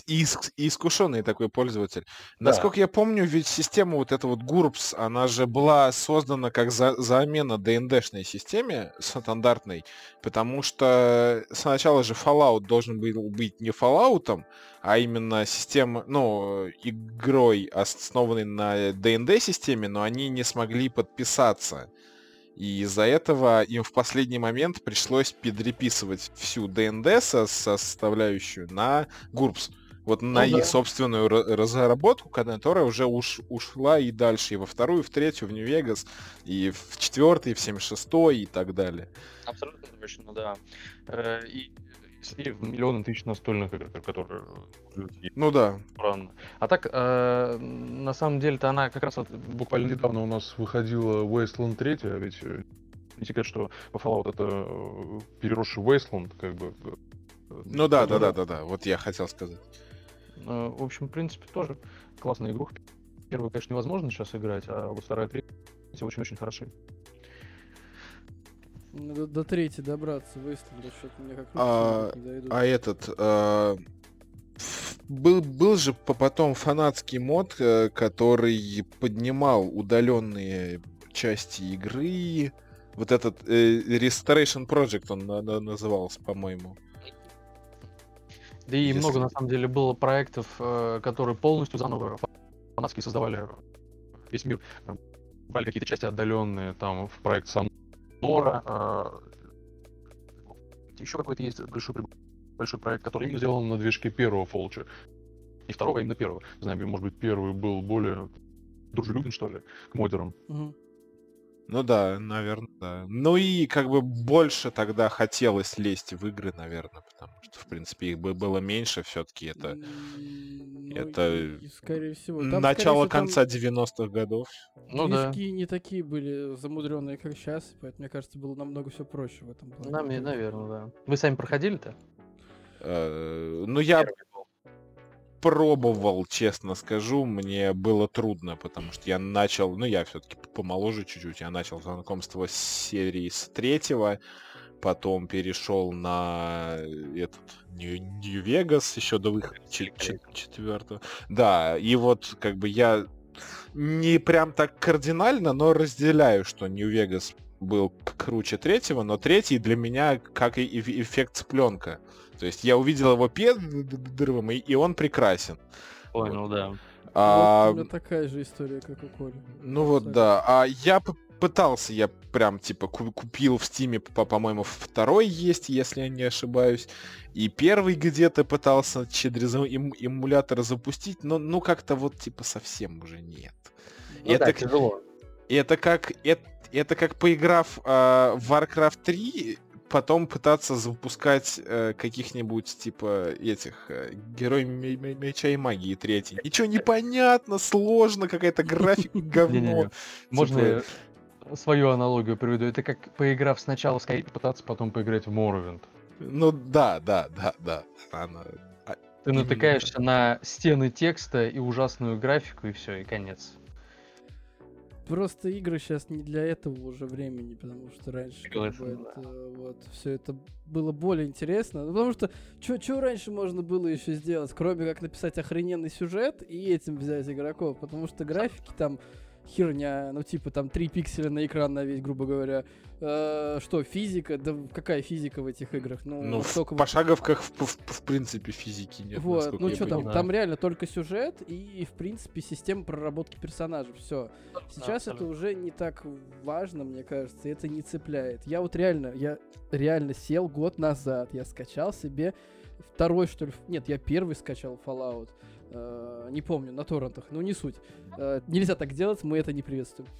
иск- искушенный такой пользователь. Да. Насколько я помню, ведь система вот эта вот гурпс, она же была создана как за- замена ди эн ди-шной системе стандартной, потому что сначала же Fallout должен был быть не Fallout'ом, а именно система, ну, игрой, основанной на ди эн ди-системе, но они не смогли подписаться. И из-за этого им в последний момент пришлось переписывать всю ди эн ди со- составляющую на гурпс. Вот на Ну да. их собственную ра- разработку, которая уже уш- ушла и дальше, и во вторую, и в третью, в Нью-Вегас, и в четвертый, и в семьдесят шестой, и так далее. Абсолютно точно, да. Э, И, и миллионы тысяч настольных игр, которые уже есть. Ну да. Странно. А так, э, на самом деле-то она как раз вот буквально недавно у нас выходила Wasteland три, а ведь э, не секрет, что по Fallout это э, переросший Wasteland, как бы. э, Ну да, да, который, да, да, да. Вот я хотел сказать. э, В общем, в принципе, тоже классная игруха. Первую, конечно, невозможно сейчас играть, а вот вторая, третья очень-очень хороши. Надо до третьей добраться, выставить, что-то мне как А, руки не дойдут. а этот... а, ф- был, был же по- потом фанатский мод, э, который поднимал удаленные части игры. Вот этот э, Restoration Project он на- на- назывался, по-моему. Да и Если- много, на самом деле, было проектов, э, которые полностью заново фанатские создавали весь мир. Э, Брали какие-то части отдаленные, там, в проект Sonora. Еще какой-то есть большой, при- большой проект, который именно сделан на движке первого Fallout. И второго, а именно первого. Не знаю, может быть, первый был более дружелюбен, что ли, к модерам. Мгм. Ну да, наверное, да. Ну и как бы больше тогда хотелось лезть в игры, наверное, потому что, в принципе, их бы было меньше, все-таки это М, ну это и- и скорее всего. Там, скорее начало всего, там конца девяностых годов. Ну да. движки не такие были замудренные, как сейчас, поэтому, мне кажется, было намного все проще в этом плане. Нами, наверное, да. Вы сами проходили-то? Э, Ну я Первый был. пробовал, честно скажу, мне было трудно, потому что я начал, ну я все-таки помоложе чуть-чуть, я начал знакомство с серией с третьего, потом перешел на этот Нью-Вегас еще до выхода чет- чет- четвертого. Да, и вот как бы я не прям так кардинально, но разделяю, что Нью-Вегас был к- круче третьего, но третий для меня как и эф- эффект цыпленка. То есть я увидел его первым, и, и он прекрасен. Понял, да. А, Вот у меня такая же история, как у Коли. ну вот, Абсолютно. да. А я п- пытался, я прям типа ку- купил в Стиме, по- по-моему, второй есть, если я не ошибаюсь. И первый где-то пытался через эм- эмулятор запустить, но ну как-то вот типа совсем уже нет. Ну это, да, к- тяжело. это как это, это как поиграв а, в Warcraft три, потом пытаться запускать э, каких-нибудь типа этих э, Герой М- М- Меча и Магии третий. Ничего не понятно, сложно, какая-то графика говно. Не-не-не. Можно Типа, я свою аналогию приведу? Это как поиграв сначала в Skyrim, пытаться потом поиграть в Morrowind. Ну да, да, да, да. Она- а, Ты именно натыкаешься на стены текста и ужасную графику, и все, и конец. Просто игры сейчас не для этого уже времени, потому что раньше как бы, Согласен, да. это, вот, все это было более интересно. Ну, потому что что раньше можно было еще сделать, кроме как написать охрененный сюжет и этим взять игроков, потому что графики там херня, ну типа там три пикселя на экран на весь, грубо говоря. Э, что, физика? Да какая физика в этих играх? Ну, Ну, в настолько вот- пошаговках в, в- в принципе физики нет. Вот, насколько ну я что там, понимаю. там реально только сюжет и, в принципе, система проработки персонажей. Все. Сейчас это абсолютно. уже не так важно, мне кажется, и это не цепляет. Я вот реально, я реально сел год назад, я скачал себе второй, что ли, нет, я первый скачал Fallout. Э, не помню, на торрентах, ну не суть. Э, нельзя так делать, мы это не приветствуем.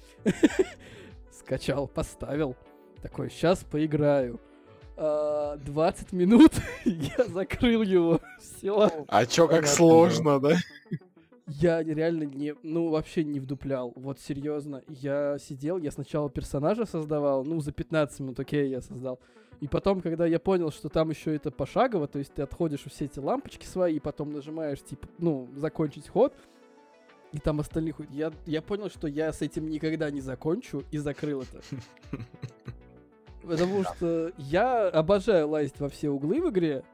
Скачал, поставил. Такой, сейчас поиграю. А, двадцать минут, я закрыл его. Все. А чё, как Понятно, сложно, да? Я реально не, ну, вообще не вдуплял. Вот серьезно. Я сидел, я сначала персонажа создавал, ну, за пятнадцать минут, окей, я создал. И потом, когда я понял, что там еще это пошагово, то есть ты отходишь все эти лампочки свои, потом нажимаешь, типа, ну, закончить ход, и там остальных... Я, я понял, что я с этим никогда не закончу, и закрыл это. Потому что я обожаю лазить во все углы в игре,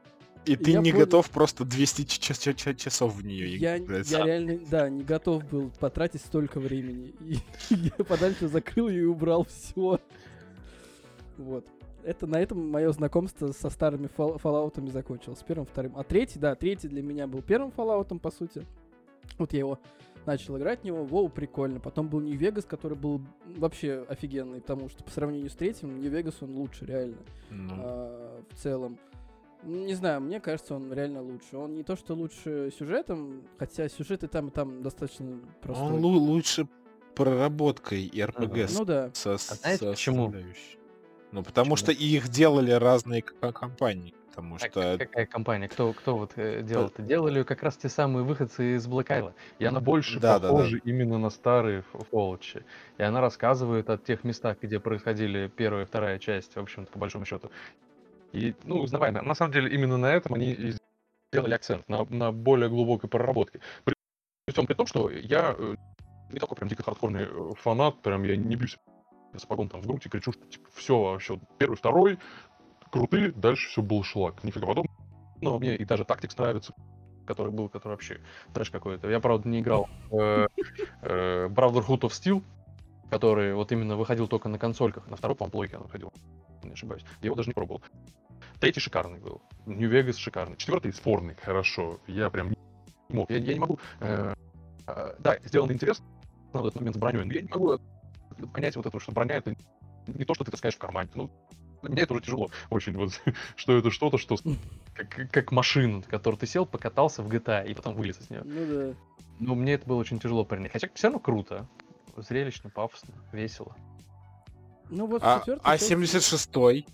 И ты Я не понял. готов просто двести ч- ч- ч- часов в нее Я, играть. я реально, да, не готов был потратить столько времени. И я подальше закрыл ее и убрал все. Вот. Это на этом мое знакомство со старыми фол- Fallout'ами закончилось. С первым, вторым. А третий, да, третий для меня был первым Fallout'ом, по сути. Вот я его начал играть в него. Воу, прикольно. Потом был Нью-Вегас, который был вообще офигенный, потому что по сравнению с третьим, Нью-Вегас он лучше, реально. Ну. А, в целом. Ну, не знаю, мне кажется, он реально лучше. Он не то, что лучше сюжетом, хотя сюжет и там, и там достаточно простой. Он лу- лучше проработкой и эр пи джи Ну да. со, А знаете почему? составляющей. Ну, потому Почему? что их делали разные к- компании. Потому А что... как- какая компания? Кто, кто вот э, делал это? Делали как раз те самые выходцы из Black Isle. И она больше Да, да, да. похожа именно на старые Fallout. И она рассказывает о тех местах, где происходили первая и вторая часть, в общем-то, по большому счету. И, ну, узнаваемо. На самом деле, именно на этом они и сделали акцент, на, на более глубокой проработке. При всем при том, что я э, не такой прям дико хардкорный э, фанат, прям я не бьюсь сапогом там в грудь и кричу, что типа, все вообще, первый, второй, крутые, дальше все был шлак. Нифига подобного. Но мне и даже тактикс нравится, который был, который вообще трэш какой-то. Я, правда, не играл в э, э, Brotherhood of Steel, который вот именно выходил только на консольках. На второй, по-моему, плойке он выходил, не ошибаюсь. Я его даже не пробовал. Третий шикарный был. Нью-Вегас шикарный. Четвертый спорный, хорошо. Я прям не мог. Я, я не могу... Э, э, да, сделано интересно на этот момент с броней, но я не могу понять вот это, что броня это не то, что ты таскаешь в кармане. Ну, мне это уже тяжело очень. Вот, что это что-то, что как, как машина, в которой ты сел, покатался в джи ти эй и потом вылез из нее. Ну да. Ну, мне это было очень тяжело принять. Хотя все равно круто. Зрелищно, пафосно, весело. Ну вот А, четвертый. а семьдесят шестой?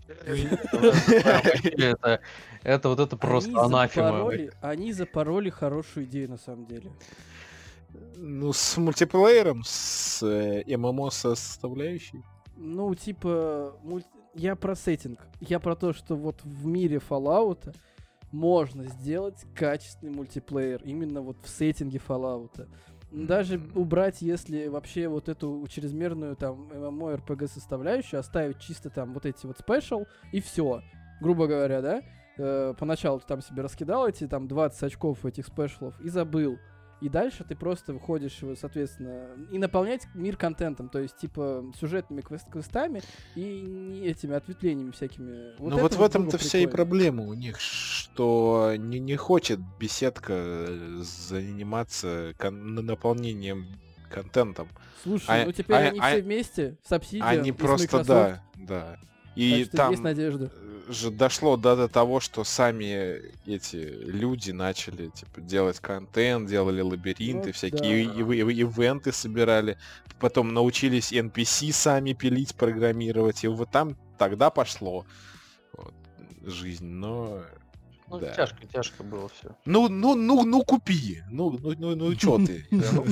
Это, это вот это просто они анафема. запороли, они запороли хорошую идею на самом деле. Ну, с мультиплеером, с э, эм эм о составляющей. Ну, типа, мульт... я про сеттинг. Я про то, что вот в мире Fallout можно сделать качественный мультиплеер именно вот в сеттинге Fallout. Даже убрать, если вообще вот эту чрезмерную там эм эм о эр пи джи составляющую, оставить чисто там вот эти вот спешл и все, грубо говоря, да? Э, поначалу ты там себе раскидал эти там двадцать очков этих спешлов и забыл. И дальше ты просто выходишь, соответственно, и наполнять мир контентом, то есть, типа, сюжетными квест- квестами и не этими ответвлениями всякими. Ну вот в этом-то вся и проблема у них, что не, не хочет беседка заниматься кон- наполнением контентом. Слушай, а, ну теперь а, они а, все вместе с Obsidian Они и просто, с Microsoft, да, да. И так что там есть надежда. же дошло до, до того, что сами эти люди начали типа делать контент, делали лабиринты, Ну, всякие да. и- и- и- ивенты собирали, потом научились эн пи си сами пилить, программировать, и вот там тогда пошло вот, жизнь, но Ну, да. тяжко, тяжко было все. Ну, ну, ну, ну, купи, ну, ну, ну, ну, чё ты?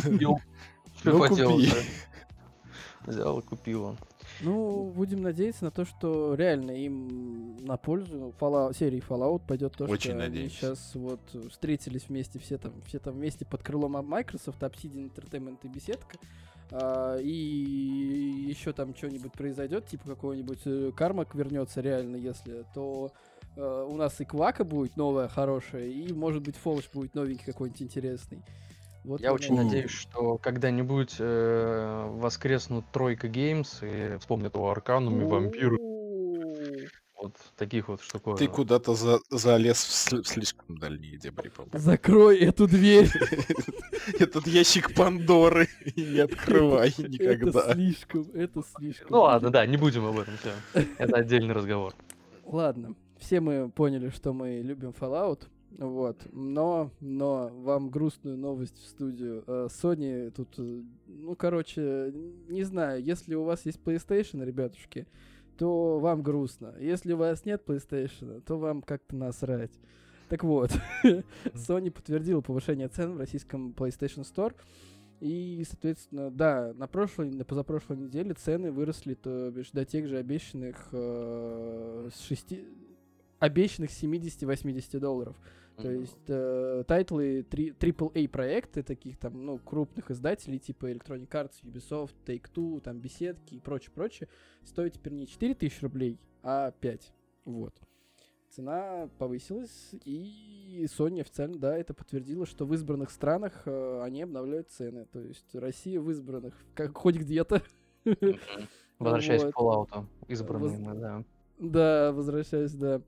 Ну, купи. Взял и купил он. Ну, будем надеяться на то, что реально им на пользу Fallout, серии Fallout пойдет то, Очень что надеюсь. они сейчас вот встретились вместе, все там, все там вместе под крылом Microsoft, Obsidian Entertainment и беседка. А, и еще там что-нибудь произойдет, типа какой-нибудь э, Кармак вернется реально, если, то э, у нас и Квака будет новая, хорошая, и, может быть, Фолч будет новенький какой-нибудь интересный. Вот Я очень надеюсь. надеюсь, что когда-нибудь э, воскреснут Тройка Геймс и вспомнят о Аркануме, Вампиру, вот таких вот штуковин. Ты куда-то за- залез в сли- слишком дальние дебри, по-моему. Закрой эту дверь. Этот ящик Пандоры не открывай Это никогда. слишком, это слишком. Ну ладно, да, не будем об этом все. Это отдельный разговор. Ладно, все мы поняли, что мы любим Fallout, вот, но, но вам грустную новость в студию. Э, Sony тут, э, ну, короче, не знаю, если у вас есть PlayStation, ребятушки, то вам грустно. Если у вас нет PlayStation, то вам как-то насрать. Так вот, Sony подтвердила повышение цен в российском PlayStation Store. И, соответственно, да, на прошлой, на позапрошлой неделе цены выросли то бишь до тех же обещанных э, с шести, обещанных семьдесят-восемьдесят долларов. То есть э, тайтлы три эй эй проекты таких там, ну, крупных издателей типа Electronic Arts, Ubisoft, Take-Two, там, беседки и прочее, прочее, стоят теперь не четыре тысячи рублей, а пять. Вот. цена повысилась, и Sony официально, да, это подтвердила, что в избранных странах э, они обновляют цены. То есть Россия в избранных, как хоть где-то. Возвращаясь Вот. к Fallout, избранные Воз- мы, да. Да, возвращаясь, да.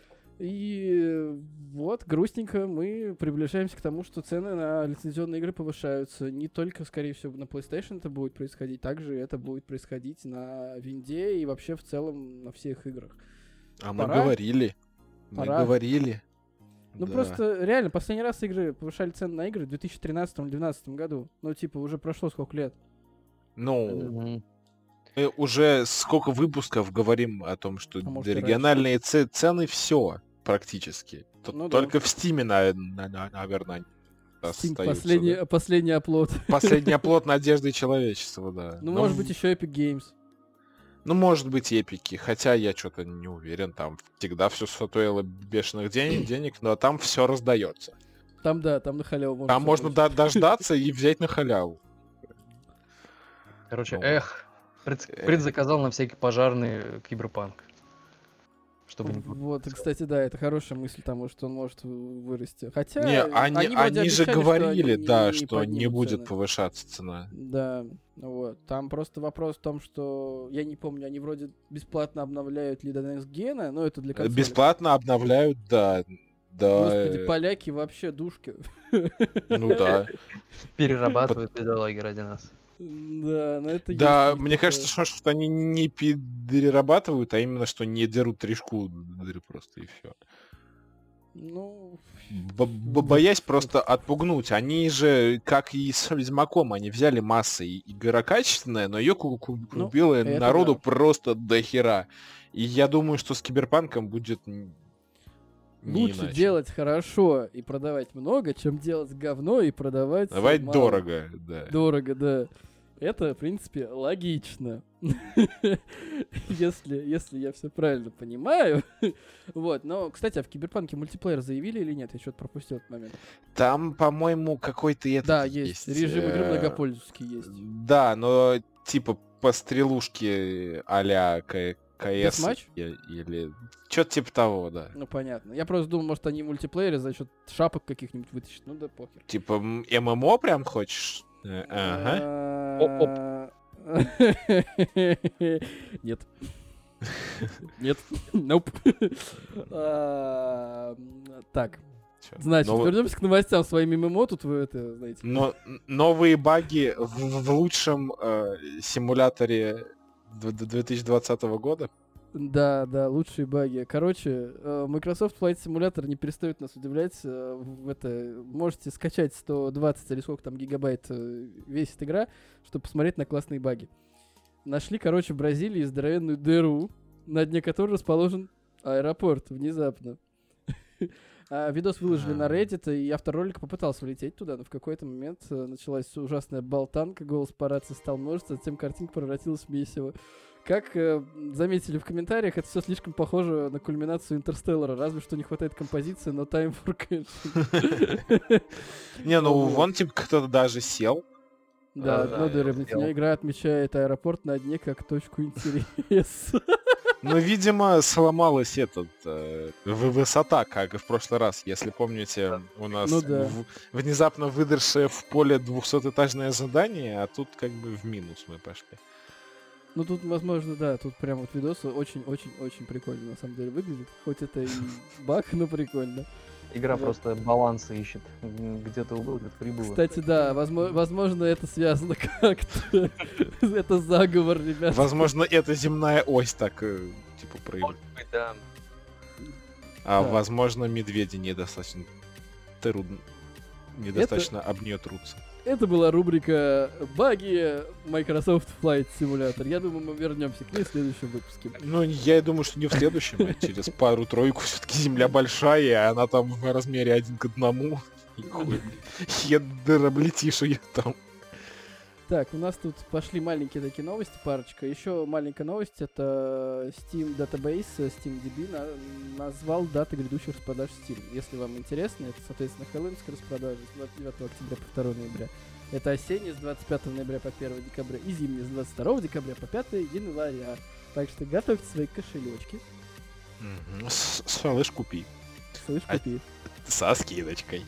И вот, грустненько, мы приближаемся к тому, что цены на лицензионные игры повышаются. Не только, скорее всего, на PlayStation это будет происходить, также это будет происходить на Винде и вообще в целом на всех играх. А мы Пора? говорили. Пора. Мы говорили. Ну Да. просто, реально, последний раз игры повышали цены на игры в две тысячи тринадцатом или две тысячи двенадцатом году. Ну, типа, уже прошло сколько лет. Ну, Мгм. мы уже сколько выпусков говорим о том, что А может, и региональные це- цены все практически. Тут Ну да. только в Стиме, на- на- на- наверное, Steam остаются, последний, да. последний оплот. Последний оплот надежды человечества, да. Ну, Но может в- быть, еще Epic Games. Ну, может быть, эпики, хотя я что-то не уверен, там всегда все стоило бешеных денег, денег, но там все раздается. Там, да, там на халяву можно. Там всё можно получить. до- дождаться и взять на халяву. Короче, Ну. эх, пред- Эх. предзаказал на всякий пожарный э, Киберпанк. Чтобы не Вот, и, кстати, да, это хорошая мысль, потому что он может вы- вырасти. Хотя, Не, они, вроде они же обещали, что говорили, они да, не что не поднимут будет цены. повышаться цена. Да, вот. Там просто вопрос в том, что, я не помню, они вроде бесплатно обновляют ли до Next Gen, но это для консолей. Бесплатно обновляют, да. Да. Господи, э, поляки вообще душки. Ну да. перерабатывают бедолаги ради нас. Да, но это Да, есть у них мне такое. кажется, что, что они не перерабатывают, а именно, что не дерут тришку дыры просто и все. Ну, Боясь просто отпугнуть. Они же, как и с Ведьмаком, они взяли массы и- игра качественная, но ее купило Ну, это народу да. просто до хера. И я думаю, что с Киберпанком будет н- не лучше иначе. делать хорошо и продавать много, чем делать говно и продавать Давай мало. дорого, да. Дорого, да. Это, в принципе, логично. если, если я все правильно понимаю. вот, но, кстати, а в Киберпанке мультиплеер заявили или нет? Я что-то пропустил этот момент. Там, по-моему, какой-то этот Да, есть. Режим игры э, многопользовательский есть. Да, но типа по стрелушке а-ля К- КС Десматч? и- или что-то типа того, да. Ну, понятно. Я просто думал, может, они в мультиплеере за счет шапок каких-нибудь вытащат. Ну да похер. Типа м- ММО прям хочешь? Э, Ага. Нет. Нет. Nope. А, Так, Чё? значит, Новый- вернемся к новостям своими ММО. Тут вы это, знаете. Но н- новые баги в, в лучшем э, симуляторе д- д- две тысячи двадцатого года. Да, да, лучшие баги. Короче, э, Microsoft Flight Simulator не перестает нас удивлять. Э, В это можете скачать сто двадцать или сколько там гигабайт э, весит игра, чтобы посмотреть на классные баги. Нашли, короче, в Бразилии здоровенную дыру, на дне которой расположен аэропорт внезапно. А видос выложили на А. Reddit, и автор ролика попытался влететь туда, но в какой-то момент э, началась ужасная болтанка, голос по рации стал множиться, затем картинка превратилась в месиво. Как э, заметили в комментариях, это все слишком похоже на кульминацию Интерстеллара, разве что не хватает композиции, но Time for Catching. Не, ну Вот. вон типа кто-то даже сел. Да, Да, одно да, дыры я в видел. нее. Игра отмечает аэропорт на дне как точку интереса. Ну, видимо, сломалась этот э, в- высота, как и в прошлый раз. Если помните, у нас Ну да. в- внезапно выдершее в поле двухсотэтажное задание, а тут как бы в минус мы пошли. Ну тут, возможно, да, тут прям вот видосы очень-очень-очень прикольно на самом деле выглядит. Хоть это и баг, но прикольно. Игра Вот. просто балансы ищет. М, Где ты убыл, где-то прибыл. Кстати, да, возможно, возможно это связано как-то. Это заговор, ребят. Возможно, эта земная ось так, э, типа, проявляет. Может быть, да. А Да. возможно, медведи недостаточно труд... недостаточно об нее трутся. Это была рубрика «Баги Microsoft Flight Simulator». Я думаю, мы вернемся к ней в следующем выпуске. Ну, я думаю, что не в следующем, а через пару-тройку. Все-таки земля большая, и она там в размере один к одному. И хуй, хедер облетишь ее там. Так, у нас тут пошли маленькие такие новости, парочка. Еще маленькая новость, это Steam Database, SteamDB на- назвал даты грядущих распродаж Steam. Если вам интересно, это, соответственно, хэллоуинская распродажа с двадцать девятого октября по второго ноября. Это осенняя с двадцать пятого ноября по первого декабря и зимняя с двадцать второго декабря по пятого января. Так что готовьте свои кошелечки. Мгм. С- Слышь, купи. Слышь, А- купи. Со скидочкой.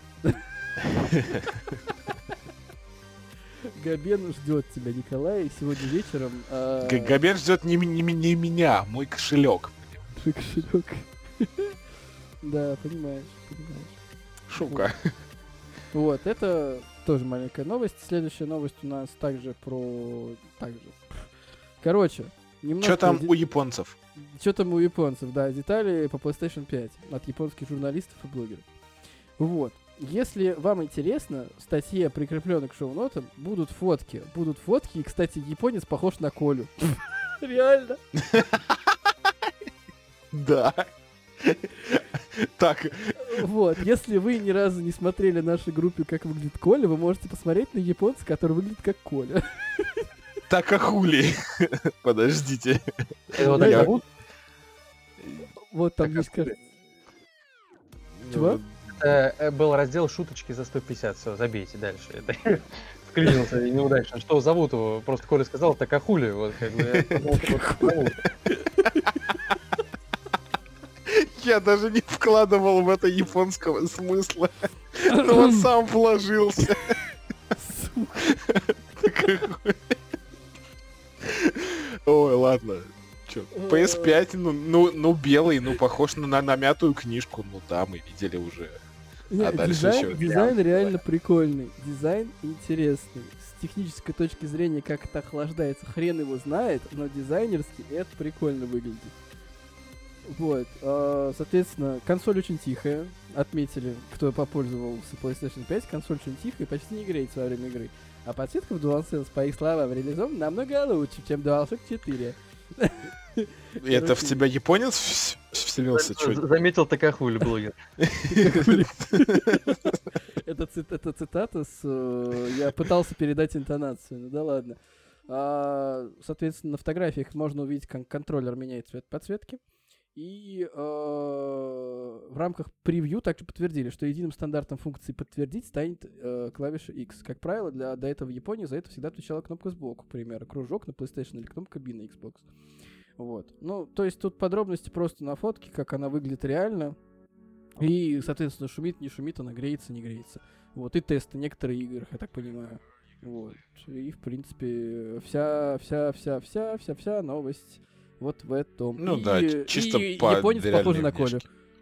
Габен ждет тебя, Николай, сегодня вечером. а, Г- Габен ждет не, ми- не ми- не меня, а мой кошелек. кошелек. Да, понимаешь, понимаешь. Шука. Вот, это тоже маленькая новость. Следующая новость у нас также про... Также. Короче, немножко... Что там де- у японцев? Что там у японцев, да, детали по PlayStation пять от японских журналистов и блогеров. Вот. Если вам интересно, в статье, прикрепленной к шоу-нотам, будут фотки. Будут фотки, и, кстати, японец похож на Колю. Реально. Да. Так, Вот. Если вы ни разу не смотрели в нашей группе, как выглядит Коля, вы можете посмотреть на японца, который выглядит как Коля. так а хули? Подождите. Его так Я- зовут? Вот там Как есть... Коля? кар- Чего? Э, э, Был раздел шуточки за сто пятьдесят. Все, забейте дальше. Это вклинился неудачно. Что зовут его? Просто Коля сказал, так а хули? Вот как бы. я думал, что вот зовут. Я даже не вкладывал в это японского смысла. Но он сам вложился. Сука. Так а хули? Ой, ладно. Чё, пи эс пять, ну, ну, ну белый, ну похож на, на мятую книжку. Ну да, мы видели уже. Не, А дальше дизайн, ещё? дизайн реально прикольный. Дизайн интересный. С технической точки зрения, как это охлаждается, хрен его знает, но дизайнерски это прикольно выглядит. Вот. а, Соответственно, консоль очень тихая. Отметили, кто попользовался PlayStation пять, консоль очень тихая и почти не греется во время игры. А подсветка в DualSense, по их словам, реализована намного лучше, чем DualShock четыре. Это в тебя японец вс- вселился? Чё? З- Заметил, так а хули блогер. Это цит- это цитата с... э, Я пытался передать интонацию, ну да ладно. А, Соответственно, на фотографиях можно увидеть, как контроллер меняет цвет подсветки. И э, в рамках превью также подтвердили, что единым стандартом функции «подтвердить» станет э, клавиша X. Как правило, для, до этого в Японии за это всегда отвечала кнопка сбоку, к примеру, кружок на PlayStation или кнопка B на Xbox. Вот. Ну, то есть тут подробности просто на фотке, как она выглядит реально. И, соответственно, шумит, не шумит, она греется, не греется. Вот, и тесты некоторых игр, я так понимаю. Вот. И, в принципе, вся, вся, вся, вся, вся, вся новость вот в этом. Ну И- да, ч- чисто и по японец реальной похож на Колю.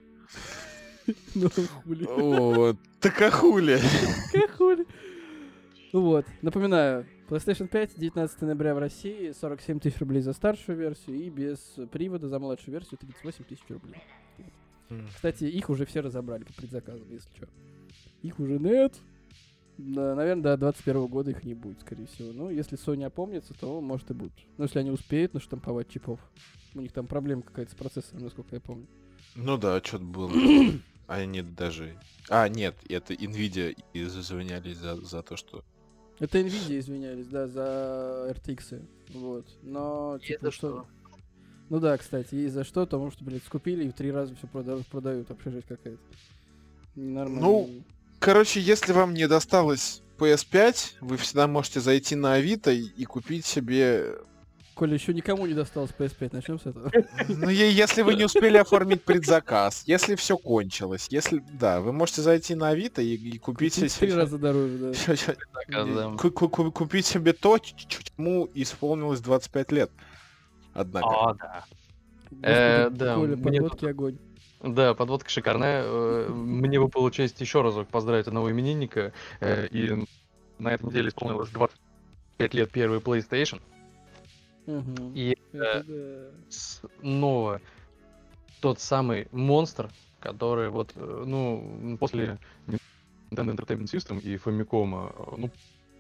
внешке. Ну, хули. О, так а хули? Какая хули. Ну вот, напоминаю, PlayStation пять, девятнадцатого ноября в России, сорок семь тысяч рублей за старшую версию, и без привода за младшую версию тридцать восемь тысяч рублей. Кстати, их уже все разобрали по предзаказам, если что. Их уже нет. Да, наверное, до двадцать первого года их не будет, скорее всего. Ну, если Sony опомнится, то, может, и будут. Ну, если они успеют наштамповать чипов. У них там проблема какая-то с процессором, насколько я помню. Ну да, что-то было. А нет, даже... А, нет, это Nvidia и извинялись за, за то, что... Это Nvidia извинялись, да, за эр ти экс. Вот. Но, Есть типа, за что... что. Ну да, кстати, есть за что, потому что, блядь, скупили и в три раза все продают, продают. Вообще жесть какая-то. Ненормально. Ну, Короче, если вам не досталось пи эс пять, вы всегда можете зайти на Авито и, и купить себе... Коля, еще никому не досталось пи эс пять, начнем с этого. Ну, е- если вы не успели оформить предзаказ, если все кончилось, если... Да, вы можете зайти на Авито и, и купить... В три раза дороже, да. да. Ку- ку- ку- Купить себе то, ч- ч- чему исполнилось двадцать пять лет. Однако. А, да. Господи, Э, да, Коля, мне подводки огонь. Да, подводка шикарная. Э, Мне выпало честь еще разок поздравить одного именинника. Э, И на этой неделе исполнилось двадцать пять лет первый PlayStation. Мгм. И Это да. снова тот самый монстр, который вот, э, ну, после Nintendo Entertainment System и Famicom, э, ну,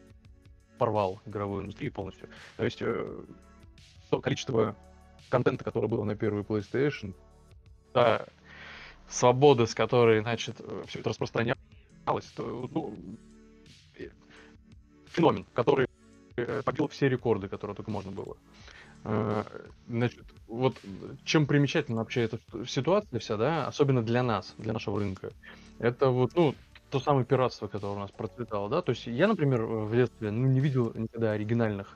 порвал игровую индустрию полностью. То есть э, то количество контента, которое было на первый PlayStation, та свобода, с которой, значит, все это распространялось, то, ну, э, феномен, который э, побил все рекорды, которые только можно было. Э, Значит, вот чем примечательна вообще эта ситуация вся, да, особенно для нас, для нашего рынка, это вот, ну, то самое пиратство, которое у нас процветало, да. То есть я, например, э, в детстве, ну, не видел никогда оригинальных,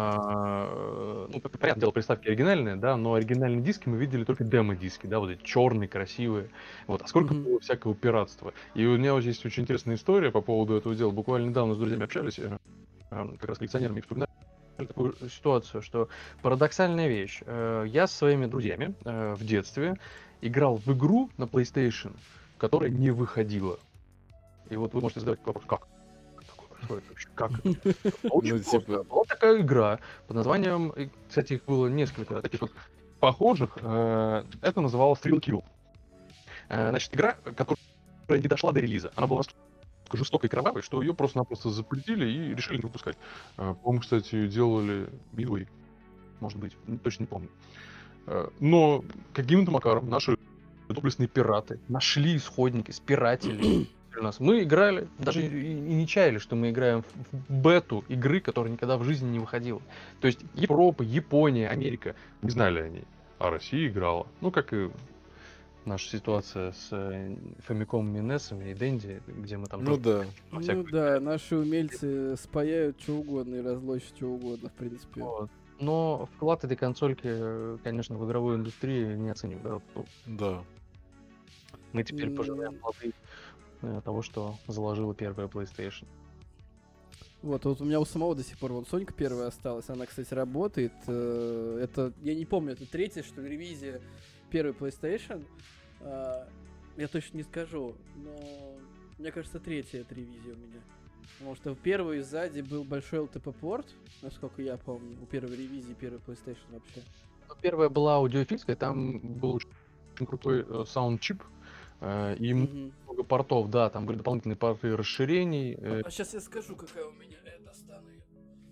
а, ну, как понятное дело, приставки оригинальные, да, но оригинальные диски мы видели только демо-диски, да, вот эти черные, красивые. Вот. А сколько Мгм. было всякого пиратства. И у меня вот здесь очень интересная история по поводу этого дела. Буквально недавно с друзьями общались, э, э, как раз коллекционерами, и вспоминали такую ситуацию, что парадоксальная вещь. Э, Я со своими друзьями э, в детстве играл в игру на PlayStation, которая не выходила. И вот вы можете задать вопрос, как такое происходит вообще? Как это? А Очень Ну, просто. типа, Была такая игра под названием, и, кстати, их было несколько таких вот похожих. э, Это называлось Thrill Kill. Э, Значит, игра, которая не дошла до релиза. Она была настолько жестокой и кровавой, что ее просто-напросто запретили и решили не выпускать. Э, По-моему, кстати, ее делали Midway, может быть, н- точно не помню. Э, Но каким-то макаром наши доблестные пираты нашли исходники, спиратели нас. Мы играли, даже и, и не чаяли, что мы играем в в бету игры, которая никогда в жизни не выходила. То есть Европа, Япония, Америка не знали о ней, а Россия играла. Ну, как и наша ситуация с э, Famicom, Несами и Денди, где мы там ну тоже да. во Ну всякую да, играли. наши умельцы спаяют что угодно и разлочат что угодно, в принципе. Вот. Но вклад этой консольки, э, конечно, в игровую индустрию неоценим. Да? Вот Да. мы теперь пожинаем М, плоды э, того, что заложила первая PlayStation. Вот, вот у меня у самого до сих пор вот Сонька первая осталась. Она, кстати, работает. э, Это, я не помню, это третья, что ли, ревизия первой PlayStation. А, Я точно не скажу, но мне кажется, третья это ревизия у меня. Потому что в первой сзади был большой эл ти пи-порт, насколько я помню, у первой ревизии первой PlayStation вообще. Ну, первая была аудиофильская, там был очень крутой э, саунд-чип э, и Мгм. много портов, да, там были дополнительные порты расширений. э, А сейчас я скажу, какая у меня. Я достану ее.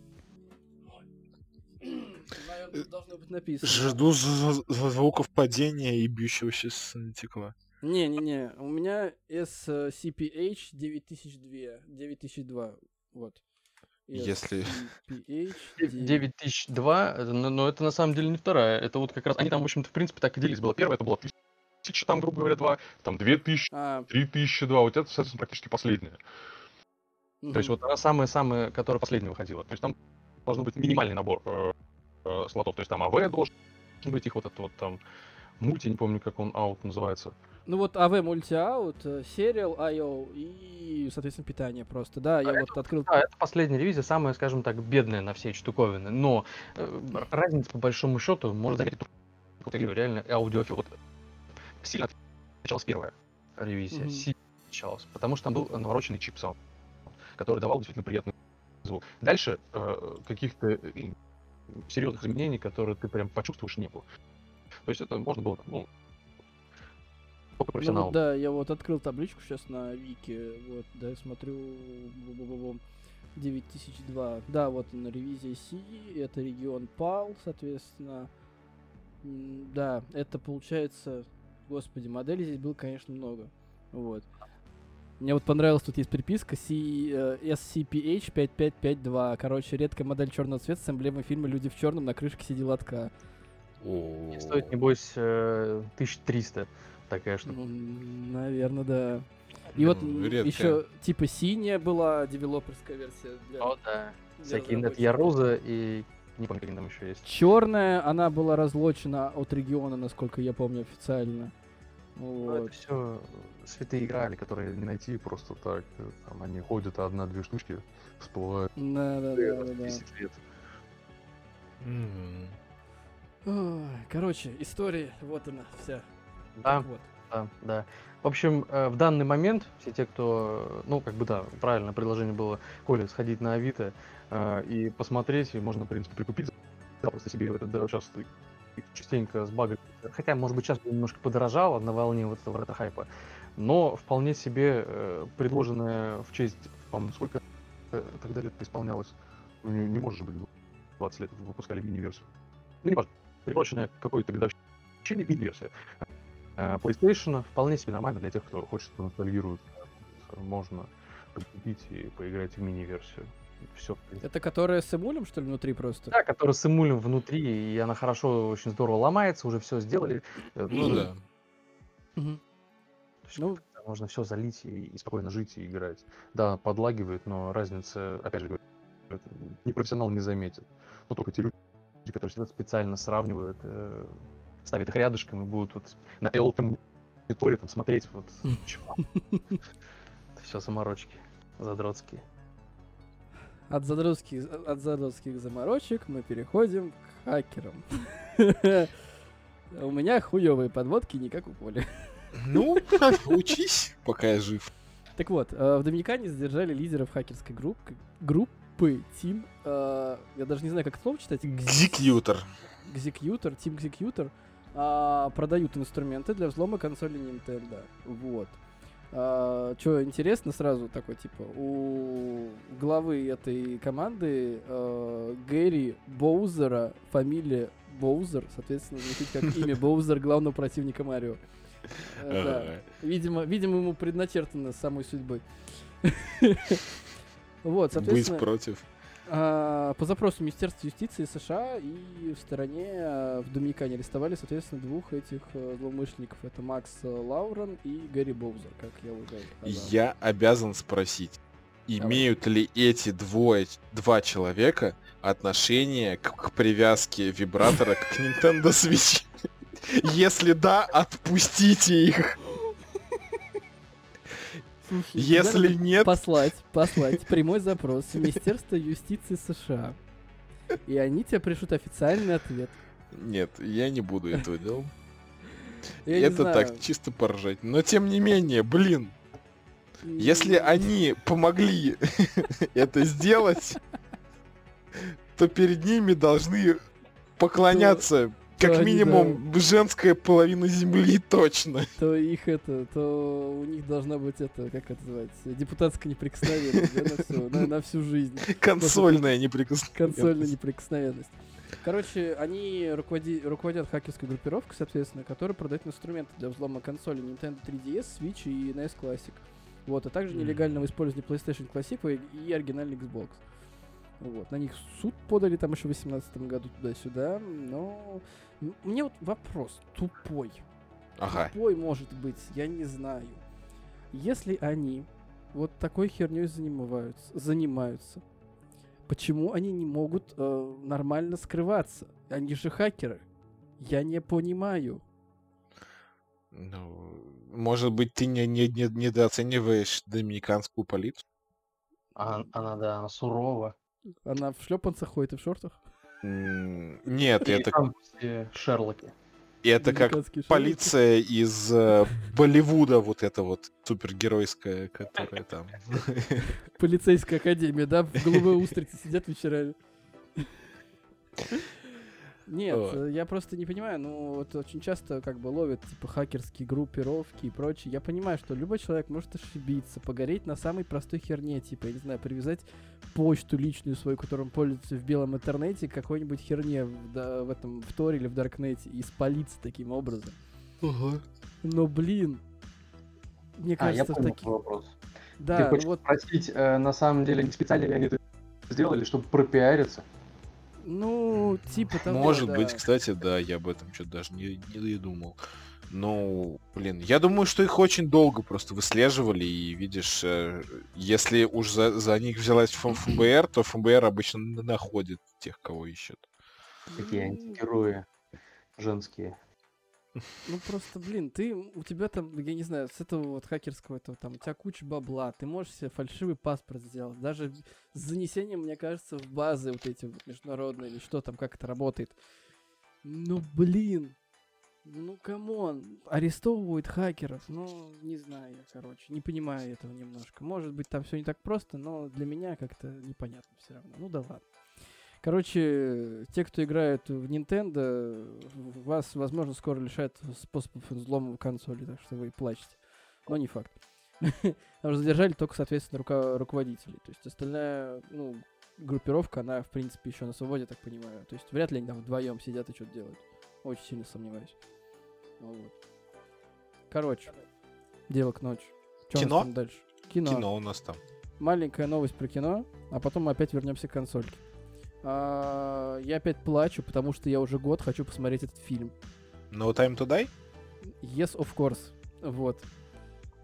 Наверное, Э, тут должно быть написано. Жду з- з- з- звуков падения и бьющегося стекла. Не-не-не, у меня эс си пи эйч девять тысяч два. девять тысяч два. Вот. Если... эс си пи эйч девять. девять тысяч два, э, но, но это на самом деле не вторая. Это вот как раз, они там, в общем-то, в принципе, так и делились. Была первая, это была тысяча, там, грубо говоря, два, там две тысячи, А, три тысячи два, вот это, соответственно, практически последняя. То есть мгм. вот она самая-самая, которая последняя выходила. То есть там должен быть минимальный набор э, э, слотов. То есть там эй ви должен быть, их вот этот вот там мульти, не помню, как он, аут называется. Ну вот эй ви Multi-Out, э, Serial ай о и, соответственно, питание просто. Да, я вот открыл... Да, это последняя ревизия, самая, скажем так, бедная на все эти штуковины. Но э, разница, по большому счету, можно заметить, вот я говорю, реально аудиофил. Вот сильно отличалась первая ревизия, Мгм. сильно отличалась, потому что там был навороченный чип саунд, который давал действительно приятный звук. Дальше э, каких-то э, серьезных изменений, которые ты прям почувствуешь, не было. То есть это можно было, ну, только Ну вот профессионалам. да, я вот открыл табличку сейчас на Вики, вот, да, смотрю, бу-бу-бу-бу, девять тысяч два. Да, вот на ревизии Си, это регион пал, соответственно. М, Да, это получается, господи, моделей здесь было, конечно, много. Вот. Мне вот понравилась, тут есть приписка C, э, эс си пи эйч пять пять пять два. Короче, редкая модель черного цвета с эмблемой фильма «Люди в черном» на крышке си ди-лотка. И стоит, небось, э, тысяч триста такая штука. Ну, наверное, да. И вот Ну, м, редкая. еще типа синяя была девелоперская версия для, О, да. для Всякие Нет разработчиков. Яруза и не помню, какие там еще есть. Черная, она была разлочена от региона, насколько я помню, официально. Ну, Вот. это все святые играли, которые не найти просто так. э, Там они ходят, а одна-две штучки всплывают. Да, да, э, да, раз да, в да. десять лет. М. Ой, короче, история, вот она вся. Да, Так вот. да, да. В общем, э, в данный момент все те, кто, э, ну, как бы, да, правильно, предложение было, Коля, сходить на Авито э, и посмотреть, и можно, в принципе, прикупить запросто себе этот, да, сейчас частенько с багами. Хотя, может быть, сейчас немножко подорожало на волне вот этого ретро-хайпа, но вполне себе э, предложенное в честь, по-моему, сколько э, тогда лет исполнялось, ну, не, не может быть, двадцать лет выпускали мини-версию. Ну, не важно, приуроченная к какой-то годовщине мини-версия. Э, PlayStation вполне себе нормально для тех, кто хочет поностальгирует. Можно прикупить и поиграть в мини-версию. Все. Это которая с эмулем, что ли, внутри просто? Да, которая с эмулем внутри, и она хорошо, очень здорово ломается, уже все сделали. Э, Ну ну, да. Мгм. то есть Ну, как-то можно все залить и, и спокойно жить и играть. Да, подлагивает, но разница, опять же говорю, непрофессионал не заметит. Но только те люди, которые всегда специально сравнивают, э, ставят их рядышком и будут вот на эл тэ мониторе там смотреть вот чего. Это все заморочки задротские. От задротских, от задротских заморочек мы переходим к хакерам. У меня хуёвые подводки, не как у Коли. Ну, учись, пока я жив. Так вот, в Доминикане задержали лидеров хакерской группы, группы Team, я даже не знаю, как это слово читать. Executor. Executor, Team Executor. Продают инструменты для взлома консоли Nintendo. Вот. Uh, что интересно сразу такой, типа, у главы этой команды uh, Гэри Боузера, фамилия Боузер, соответственно, звучит как имя Боузер, главного противника Марио. Uh, да. Видимо, видимо, ему предначертано самой судьбой. Вот, соответственно... Быть против. Uh, по запросу Министерства юстиции США и в стороне uh, в Доминикане арестовали, соответственно, двух этих uh, злоумышленников. Это Макс Лаурен и Гэри Боузер, как я уже сказал. Я обязан спросить, имеют Давай. ли эти двое, два человека отношение к, к привязке вибратора к Nintendo Switch? Если да, отпустите их. Слушай, если нет... Послать, послать прямой запрос в Министерство юстиции США. И они тебе пришлют официальный ответ. Нет, я не буду этого делать. Я Это так, чисто поржать. Но тем не менее, блин. Если они помогли это сделать, то перед ними должны поклоняться... Как то минимум, они, да, женская половина земли точно. То их это, то у них должна быть это, как это называется, депутатская неприкосновенность, да, на, всю, на, на всю жизнь. Консольная неприкосновенность. Консольная неприкосновенность. Короче, они руководи, руководят хакерской группировкой, соответственно, которая продает инструменты для взлома консолей Nintendo три ди эс, Switch и эн и эс Classic. Вот, а также нелегального использования PlayStation Classic и оригинальный Xbox. Вот. На них суд подали там еще в восемнадцатом году туда-сюда, но мне вот вопрос тупой. Ага. Тупой может быть, я не знаю. Если они вот такой херней занимаются, занимаются, почему они не могут э, нормально скрываться? Они же хакеры. Я не понимаю. Ну, может быть, ты не, не, не, недооцениваешь доминиканскую полицию? А, она, да, она сурова. Она в шлепанцах ходит и в шортах? Mm, нет, и это... там все Шерлоки. Это как полиция из э, Болливуда, вот эта вот супергеройская, которая там... Полицейская академия, да? В голубой устрице сидят вечерами. Нет, я просто не понимаю, ну вот очень часто как бы ловят типа хакерские группировки и прочее. Я понимаю, что любой человек может ошибиться, погореть на самой простой херне, типа, я не знаю, привязать почту личную свою, которой он пользуется в белом интернете, к какой-нибудь херне в, да, в этом, в Торе или в Даркнете и спалиться таким образом. Угу. Но, блин, мне кажется, а, я в таких... вопрос. Да, Ты хочешь вот... спросить, э, на самом деле, не специально ли они это сделали, чтобы пропиариться? Ну, типа того, Может да. быть, кстати, да, я об этом что-то даже не, не думал. Ну, блин, я думаю, что их очень долго просто выслеживали, и видишь, э, если уж за, за них взялась эф бэ эр, то эф бэ эр обычно находит тех, кого ищет. Такие антигерои женские. Ну просто, блин, ты, у тебя там, я не знаю, с этого вот хакерского этого там, у тебя куча бабла, ты можешь себе фальшивый паспорт сделать, даже с занесением, мне кажется, в базы вот эти вот международные, или что там, как это работает. Ну, блин, ну, камон, арестовывают хакеров, ну, не знаю я, короче, не понимаю этого немножко. Может быть, там все не так просто, но для меня как-то непонятно все равно. Ну да ладно. Короче, те, кто играет в Nintendo, вас, возможно, скоро лишают способов взлома консоли, так что вы плачете. Но не факт. Потому что задержали только, соответственно, рука- руководителей. То есть остальная, ну, группировка, она, в принципе, еще на свободе, так понимаю. То есть вряд ли они там вдвоем сидят и что-то делают. Очень сильно сомневаюсь. Вот. Короче, дело к ночи. Чё Кино? у нас там дальше? Кино. Кино у нас там. Маленькая новость про кино, а потом опять вернемся к консольке. А, я опять плачу, потому что я уже год хочу посмотреть этот фильм. No Time to Die? Yes, of course. Вот.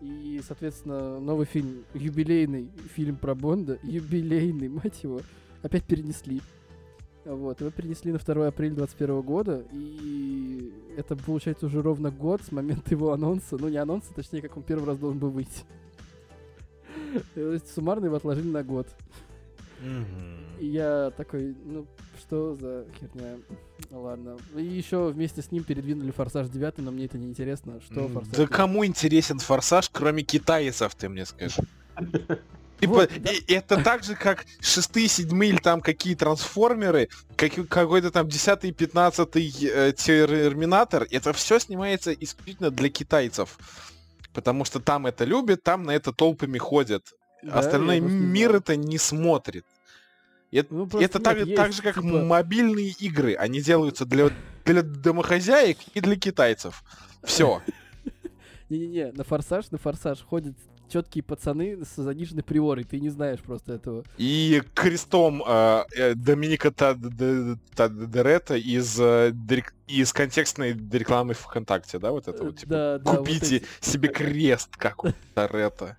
И, соответственно, новый фильм, юбилейный фильм про Бонда, юбилейный, мать его, опять перенесли. Вот, его перенесли на второе апреля двадцать первого года, и это получается уже ровно год с момента его анонса, ну не анонса, точнее, как он первый раз должен был выйти. То есть суммарно его отложили на год. И я такой, ну что за херня, ладно. И еще вместе с ним передвинули Форсаж девять, но мне это не интересно, что Форсаж Да девять. кому интересен Форсаж, кроме китайцев, ты мне скажи. Типа, Вот, да. и- это так же, как шестые, седьмые или там какие трансформеры, как- какой-то там десятый, пятнадцатый э, Терминатор, это все снимается исключительно для китайцев. Потому что там это любят, там на это толпами ходят. Да, Остальной я просто не мир знал. это не смотрит. Это, Ну, просто это нет, так, есть, так же, как типа- мобильные игры. Они делаются для, для домохозяек и для китайцев. Все. Не-не-не, на Форсаж, на Форсаж ходят четкие пацаны с заниженной приорой, ты не знаешь просто этого. И крестом э, э, Доминика Тадеретта из, э, дирек- из контекстной рекламы ВКонтакте, да, вот это вот, типа, Да, да, вот купите эти. себе крест, как у Торетто.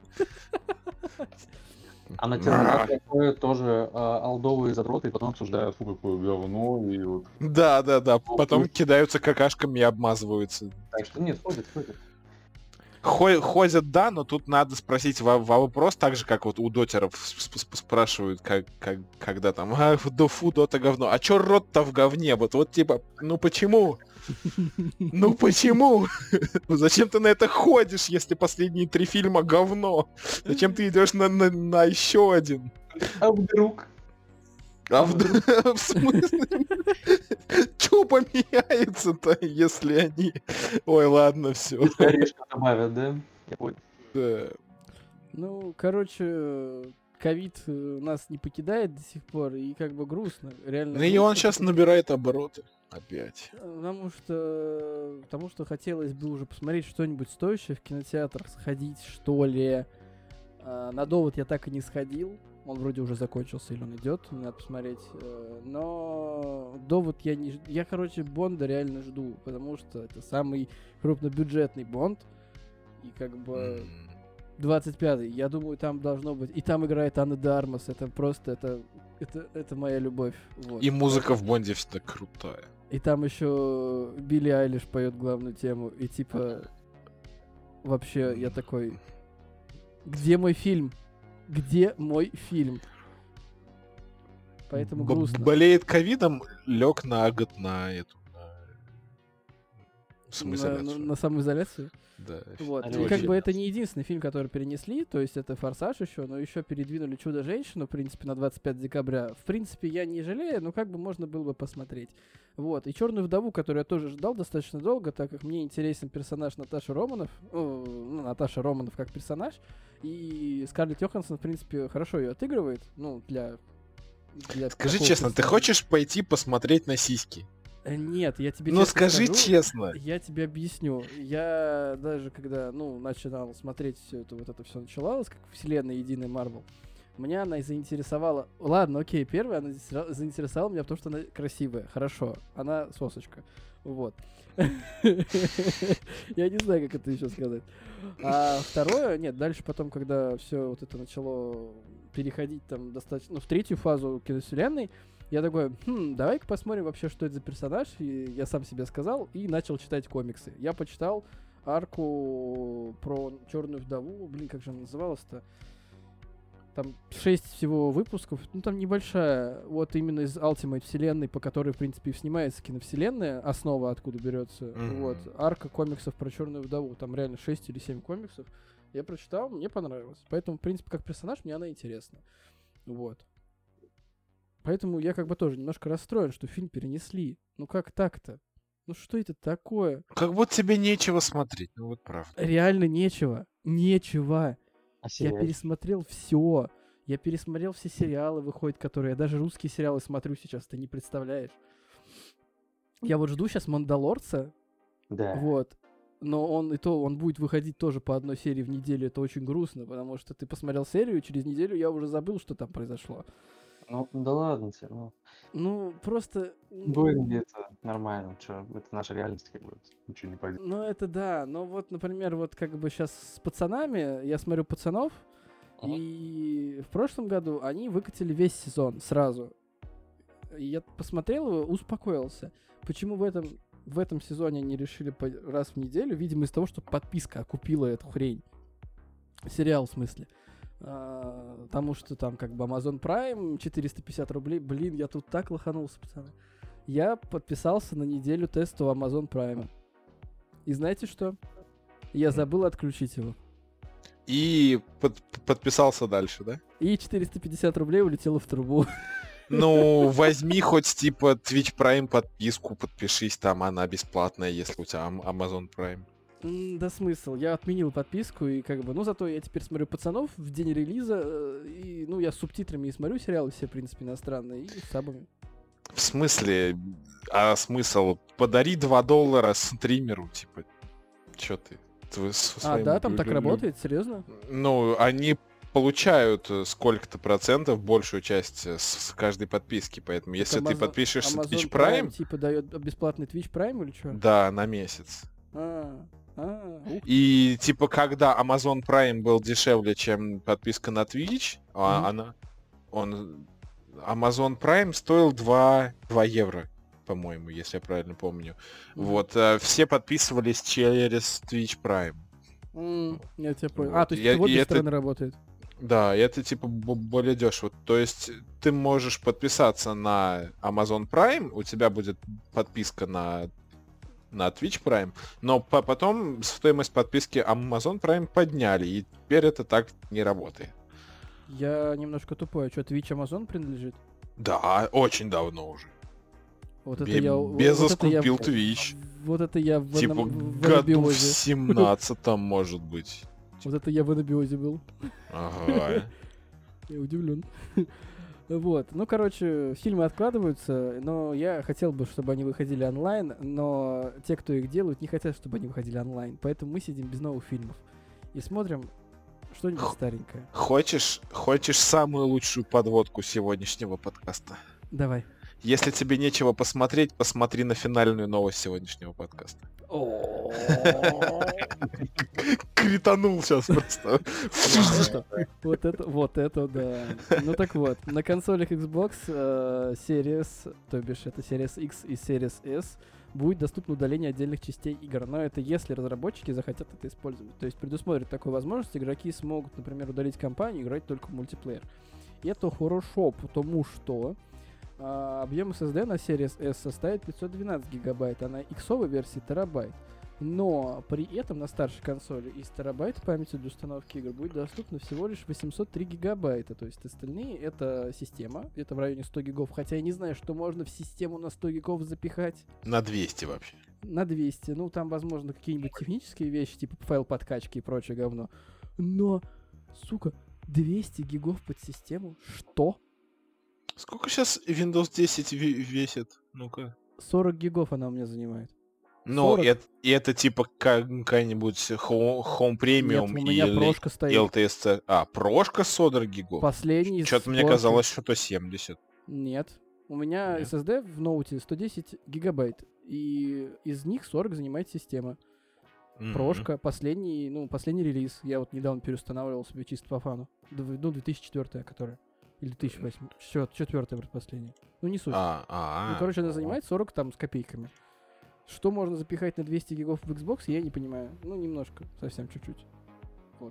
А на Терминаторе ходят тоже а, алдовые задроты, и потом обсуждают, фу, какое говно, и вот. Да, да, да, потом кидаются какашками и обмазываются. Так что нет, ходят, ходят. Хо- Ходят, да, но тут надо спросить во- во- вопрос, так же, как вот у дотеров сп- сп- спрашивают, как, как, когда там, а, да фу, дота говно, а чё рот-то в говне? Вот, вот типа, ну почему? Ну почему? Зачем ты на это ходишь, если последние три фильма говно? Зачем ты идешь на, на, на еще один? А вдруг? А в, в смысле? Чё поменяется-то, если они... Ой, ладно, все. Орешка добавят, да? Я понял. Ну, короче, ковид э, нас не покидает до сих пор, и как бы грустно, реально. Ну и он грустно, сейчас набирает обороты. Опять. Потому что, потому что хотелось бы уже посмотреть что-нибудь стоящее в кинотеатрах, сходить, что ли. А, на «Довод» я так и не сходил. Он вроде уже закончился, или он идет, надо посмотреть. Э, Но «Довод» я не жду. Я, короче, Бонда реально жду, потому что это самый крупнобюджетный Бонд. И как бы двадцать пятый, я думаю, там должно быть. И там играет Анна де Армас. Это просто, это, это, это моя любовь. Вот. И музыка в Бонде всегда крутая. И там еще Билли Айлиш поет главную тему. И типа вообще я такой: где мой фильм? Где мой фильм? Поэтому Б- грустно. Болеет ковидом, лег на год на эту. на- В на, самоизоляцию. на- на самоизоляцию. Да. Вот. А И люди- как бы это не единственный фильм, который перенесли, то есть это «Форсаж» еще, но еще передвинули «Чудо-женщину», в принципе, на двадцать пятое декабря. В принципе, я не жалею, но как бы можно было бы посмотреть. Вот. И «Черную вдову», которую я тоже ждал достаточно долго, так как мне интересен персонаж Наташи Романов, э, ну, Наташа Романов как персонаж, и Скарлетт Йоханссон, в принципе, хорошо ее отыгрывает, ну, для... для Скажи такого честно, ты персонажа. хочешь пойти посмотреть на сиськи? Э, Нет, я тебе Ну честно скажи скажу, честно. я тебе объясню. Я даже когда, ну, начинал смотреть все это, вот это все началось, как вселенная единая Марвел, меня она и заинтересовала. Ладно, окей, первая она заинтересовала- заинтересовала меня, потому что она красивая, хорошо, она сосочка, вот. Я не знаю, как это еще сказать. А второе, нет, дальше потом, когда все вот это начало переходить там достаточно, ну, в третью фазу киновселенной, я такой, хм, давай-ка посмотрим вообще, что это за персонаж. И я сам себе сказал и начал читать комиксы. Я почитал арку про Черную вдову. Блин, как же она называлась-то? Там шесть всего выпусков. Ну, там небольшая. Вот именно из Ultimate вселенной, по которой, в принципе, и снимается киновселенная. Основа откуда берется. Мгм. Вот. Арка комиксов про Черную вдову. Там реально шесть или семь комиксов. Я прочитал, мне понравилось. Поэтому, в принципе, как персонаж, мне она интересна. Вот. Поэтому я как бы тоже немножко расстроен, что фильм перенесли. Ну как так-то? Ну что это такое? Как будто тебе нечего смотреть, ну вот правда. Реально нечего. Нечего. А Я сериал? пересмотрел все. Я пересмотрел все сериалы, выходят, которые... Я даже русские сериалы смотрю сейчас, ты не представляешь. Я вот жду сейчас «Мандалорца», Да. вот. Но он и то, он будет выходить тоже по одной серии в неделю. Это очень грустно, потому что ты посмотрел серию, и через неделю я уже забыл, что там произошло. Ну, да ладно тебе, ну. Ну, просто... м, Боинги это нормально, чё, это наша реальность, как бы, ничего не поделаешь. Ну, это да. Но вот, например, вот как бы сейчас с пацанами, я смотрю «Пацанов», Мгм. и в прошлом году они выкатили весь сезон сразу. И я посмотрел его, успокоился. Почему в этом, в этом сезоне они решили по- раз в неделю? Видимо, из-за того, что подписка окупила эту хрень. Сериал, в смысле. А, Потому что там как бы Amazon Prime четыреста пятьдесят рублей. Блин, я тут так лоханулся, пацаны. Я подписался на неделю теста у Amazon Prime. И знаете что? Я забыл отключить его. И под- подписался дальше, да? И четыреста пятьдесят рублей улетело в трубу. Ну, возьми хоть типа Twitch Prime подписку, подпишись, там она бесплатная, если у тебя ам- Amazon Prime. М, Да смысл, я отменил подписку, и как бы, ну, зато я теперь смотрю «Пацанов» в день релиза, э, и, ну, я с субтитрами и смотрю сериалы все, в принципе, иностранные, и с сабами. В смысле? А смысл? Подари два доллара стримеру, типа. Чё ты? Ты со А, своим да, там лю- так лю- лю- работает, серьезно? Ну, они получают э, сколько-то процентов, большую часть э, с с каждой подписки, поэтому если ты Amazon- подпишешься Amazon Twitch Prime, типа, дает бесплатный Twitch Prime или что? да, на месяц. А, а, ух ты. И типа, когда Amazon Prime был дешевле, чем подписка на Twitch, а Мгм. она, он, Amazon Prime стоил два евро, по-моему, если я правильно помню. Мгм. Вот, э, все подписывались через Twitch Prime. М, Я тебя понял. Вот. А, то есть Я- это в и обе это- стороны работает. Да, и это типа бо- более дешево. То есть ты можешь подписаться на Amazon Prime, у тебя будет подписка на на Twitch Prime, но по- потом стоимость подписки Amazon Prime подняли, и теперь это так не работает. Я немножко тупой. А что, Twitch Amazon принадлежит? Да, очень давно уже. Вот это Бе- я... вот Безос это я- купил Twitch. Вот это я в, Типа анам- в году в анабиозе. семнадцатом, может быть. Вот это я в анабиозе был. Ага. Я удивлен. Вот, ну, короче, фильмы откладываются, но я хотел бы, чтобы они выходили онлайн, но те, кто их делают, не хотят, чтобы они выходили онлайн, поэтому мы сидим без новых фильмов и смотрим что-нибудь Х- старенькое. Хочешь, хочешь самую лучшую подводку сегодняшнего подкаста? Давай. Если тебе нечего посмотреть, посмотри на финальную новость сегодняшнего подкаста. Кританул сейчас просто. Вот это, вот это, да. Ну так вот, на консолях Xbox э, Series, то бишь это Series X и Series S, будет доступно удаление отдельных частей игр, но это если разработчики захотят это использовать. То есть предусмотрят такую возможность, игроки смогут, например, удалить кампанию и играть только в мультиплеер. И это хорошо, потому что а, объем эс эс ди на Series S составит пятьсот двенадцать гигабайт, а на иксовой версии терабайт. Но при этом на старшей консоли из терабайта памяти для установки игр будет доступно всего лишь восемьсот три гигабайта. То есть остальные это система, это в районе сто гигов. Хотя я не знаю, что можно в систему на сто гигов запихать. На двести вообще. На двести. Ну, там, возможно, какие-нибудь технические вещи, типа файл подкачки и прочее говно. Но, сука, двести гигов под систему? Что? Сколько сейчас Windows десять ве- весит? Ну-ка. сорок гигов она у меня занимает. Ну, сорок? это, и это типа как- какая-нибудь Home, Home Premium Нет, у меня или прошка стоит. эл ти эс си. А, прошка сорок гигов? Последний из Что-то мне прошки. казалось, что семьдесят. Нет. У меня Нет? эс эс ди в ноуте сто десять гигабайт. И из них сорок занимает система. М. Прошка, последний, ну, последний релиз. Я вот недавно переустанавливал себе чисто по фану. Дв- Ну, две тысячи четвёртая, которая. Или две тысячи восьмая. Четвертая предпоследняя. Ну, не суть. А, а, Ну, короче, она занимает сорок там с копейками. Что можно запихать на двести гигов в Xbox, я не понимаю. Ну, немножко, совсем чуть-чуть. Вот.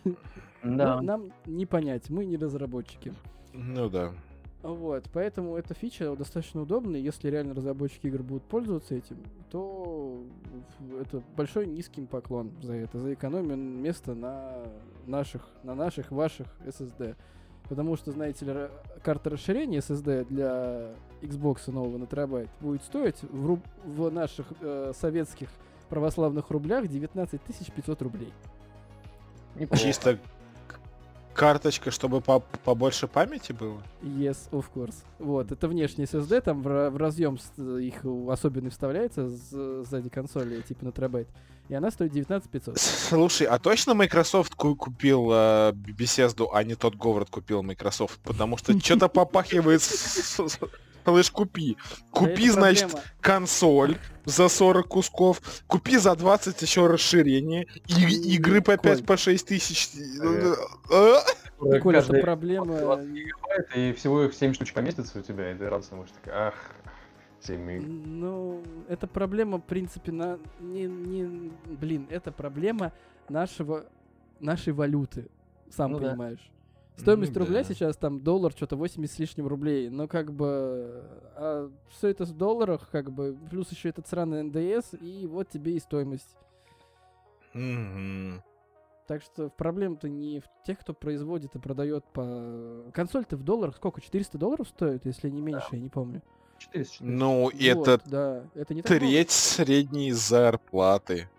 Да. Ну, нам не понять, мы не разработчики. Ну да. Вот, поэтому эта фича достаточно удобная. Если реально разработчики игр будут пользоваться этим, то в- это большой низкий им поклон за это, за экономию места на наших, на наших, ваших эс эс ди. Потому что, знаете ли, ра- карта расширения эс эс ди для Xbox нового на терабайт будет стоить в, руб- в наших э, советских православных рублях девятнадцать тысяч пятьсот рублей. Неплохо. Чисто к- карточка, чтобы по побольше памяти было? Yes, of course. Вот, это внешний эс эс ди, там в, ра- в разъем с- их особенный вставляется с- сзади консоли, типа на терабайт. И она стоит девятнадцать пятьсот. Слушай, а точно Microsoft ку- купил э, Bethesda, а не тот Говард купил Microsoft? Потому что что-то попахивает с- с- Слышь, купи. Купи, это значит, проблема. консоль за сорок кусков, купи за двадцать еще расширение, и игры по пять, Коль. по шесть тысяч. Э. Коль, это Каждый проблема... двадцать гигабайт, и всего их семь штучек поместится у тебя, и ты радостно будешь такой, ах, семь игр. Ну, это проблема, в принципе, на... Не, не... Блин, это проблема нашего... нашей валюты, сам Ну да. понимаешь. Стоимость Ну рубля да. сейчас там доллар, что-то восемьдесят с лишним рублей. Но как бы а все это в долларах, как бы, плюс еще этот сраный эн дэ эс, и вот тебе и стоимость. Мгм. Так что проблема-то не в тех, кто производит и продает по... Консоль-то в долларах сколько? четыреста долларов стоит, если не меньше, я не помню. четыреста четыреста. Ну, Вот, это да, это не так много. треть средней зарплаты.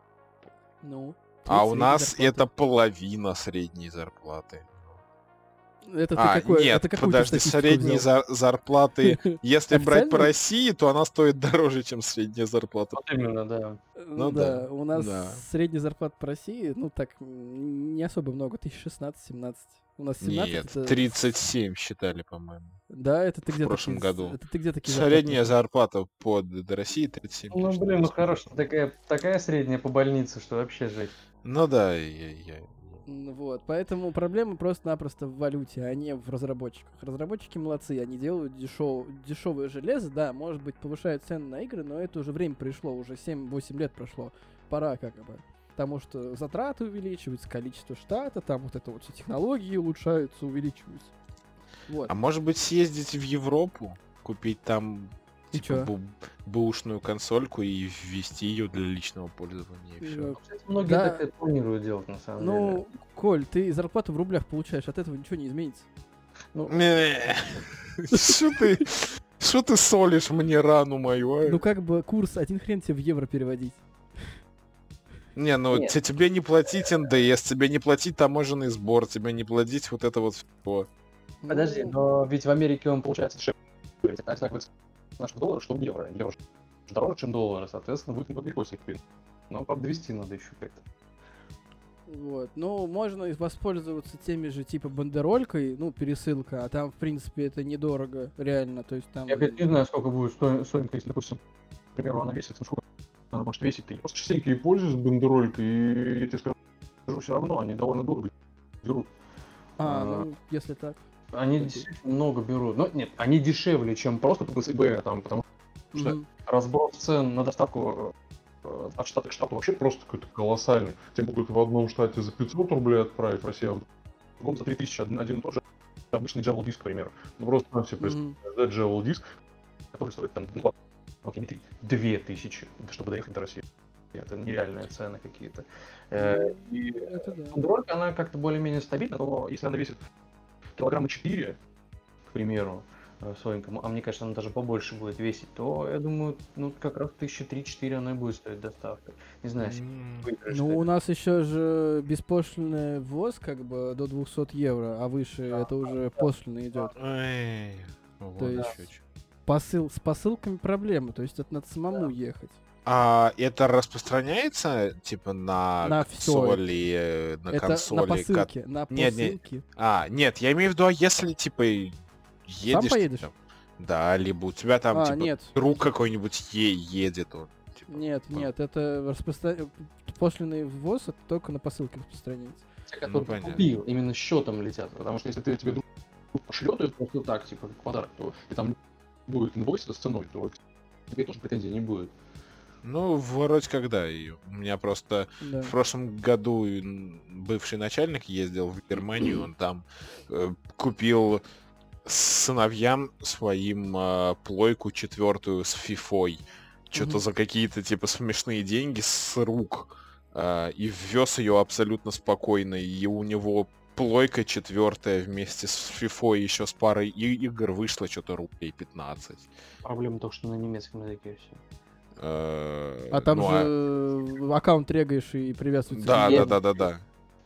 Ну, А треть у средней нас зарплаты. это половина средней зарплаты. Это ты А, какой, нет, это какую ты подожди, статистику средней взял? за- зарплаты, если брать по Официальную? России, то она стоит дороже, чем средняя зарплата. Вот именно, да. Ну Ну да, да, у нас да. средняя зарплата по России, ну так, м, не особо много, тысяча шестнадцать-семнадцать. У нас семнадцать. Нет, это- тридцать семь считали, по-моему. Да, это ты в где прошлом такие, году. Это ты где такие Средняя зарплаты зарплата по д- д- России тридцать семь Ну, тысяч. блин, ну хорош, такая, такая средняя по больнице, что вообще жесть. Ну да, я, я- М, Вот, поэтому проблема просто-напросто в валюте, а не в разработчиках. Разработчики молодцы, они делают дешев... дешевое железо, да, может быть, повышают цены на игры, но это уже время пришло, уже семь-восемь лет прошло. Пора как бы. Потому что затраты увеличиваются, количество штата, там вот это вот все технологии улучшаются, увеличиваются. Вот. А может быть съездить в Европу, купить там И типа чё? бу- бэушную консольку и ввести ее для личного пользования и все. Э, Кстати, многие Да. так и планируют делать, на самом Ну, деле. Коль, ты зарплату в рублях получаешь, от этого ничего не изменится. Ну, Что ты, что ты солишь мне рану мою? а? Ну как бы курс один хрен тебе в евро переводить. Не, ну Нет. те- тебе не платить эн дэ эс, тебе не платить таможенный сбор, тебе не платить вот это вот всё. подожди, Ну, но ведь в Америке он получается дешевле. А так вот наш доллар, что в евро. Евро ж дороже, чем доллар, соответственно, будет немного легко себе купить. Но подвести надо еще как-то. Вот. Ну, можно и воспользоваться теми же, типа, бандеролькой, ну, пересылка, а там, в принципе, это недорого, реально, то есть там... Я, говорит, не знаю, сколько будет сто- стоимость, если, допустим, к примеру, она весит, ну, сколько она может весить, ты просто частенько и пользуешься бандеролькой, и я тебе скажу, все равно они довольно дорого берут. А, а, ну, если так. Они действительно много берут. Но нет, они дешевле, чем просто по ГСБ, там, потому что Мгм. разброс цен на доставку э, от штата к штату вообще просто какой-то колоссальный. Тебе могут в одном штате за пятьсот рублей отправить, в России, а в другом за три тысячи один, один и тот же обычный Java диск, к примеру. Ну просто на все Мгм. представляют Java диск, который стоит там, ну, окей, не три, две тысячи, чтобы доехать до России. Это нереальные цены какие-то. Э, и Это да. бандеролька, она как-то более-менее стабильна, но если она весит килограмма четыре, к примеру, э, сонька, а мне кажется, она даже побольше будет весить, то я думаю, ну как раз тысячи три-четыре она и будет стоить доставка. Не знаю, если М, выиграешь. Ну, у ты. нас еще же беспошлинный ввоз, как бы, до двухсот евро, а выше это уже пошлина идет. эй, вот То есть- ещё чё. Посыл, с посылками проблема, то есть это надо самому ехать. А это распространяется, типа, на, На всё. консоли, э, на это консоли? на ко- посылке, на Нет, нет. посылке. А, нет, я имею в виду, а если, типа, и едешь... ты поедешь? там- Да, либо у тебя там, А, типа, нет. друг какой-нибудь е- едет, он, типа, Нет, по- нет, это распростра... пошлиный ввоз, это только на посылке распространяется. Те, ну, которые ты понятно. купил, именно счетом летят. Потому что если ты тебе друг пошлет это просто так, типа, как подарок, то и там будет инвойс с ценой, то к тебе тоже претензий не будет. Ну, вроде как да. И у меня просто Да. в прошлом году м, бывший начальник ездил в Германию, он там э, купил сыновьям своим э, плойку четвертую с фифой. Что-то Мгм. за какие-то типа смешные деньги с рук. э, и ввез ее абсолютно спокойно. И у него плойка четвертая вместе с фифой еще с парой и- игр вышла что-то рублей пятнадцать. Проблема только, что на немецком языке все. Э, А там ну, же аккаунт регаешь и привязывается. Да, к да, нему. да, да, да.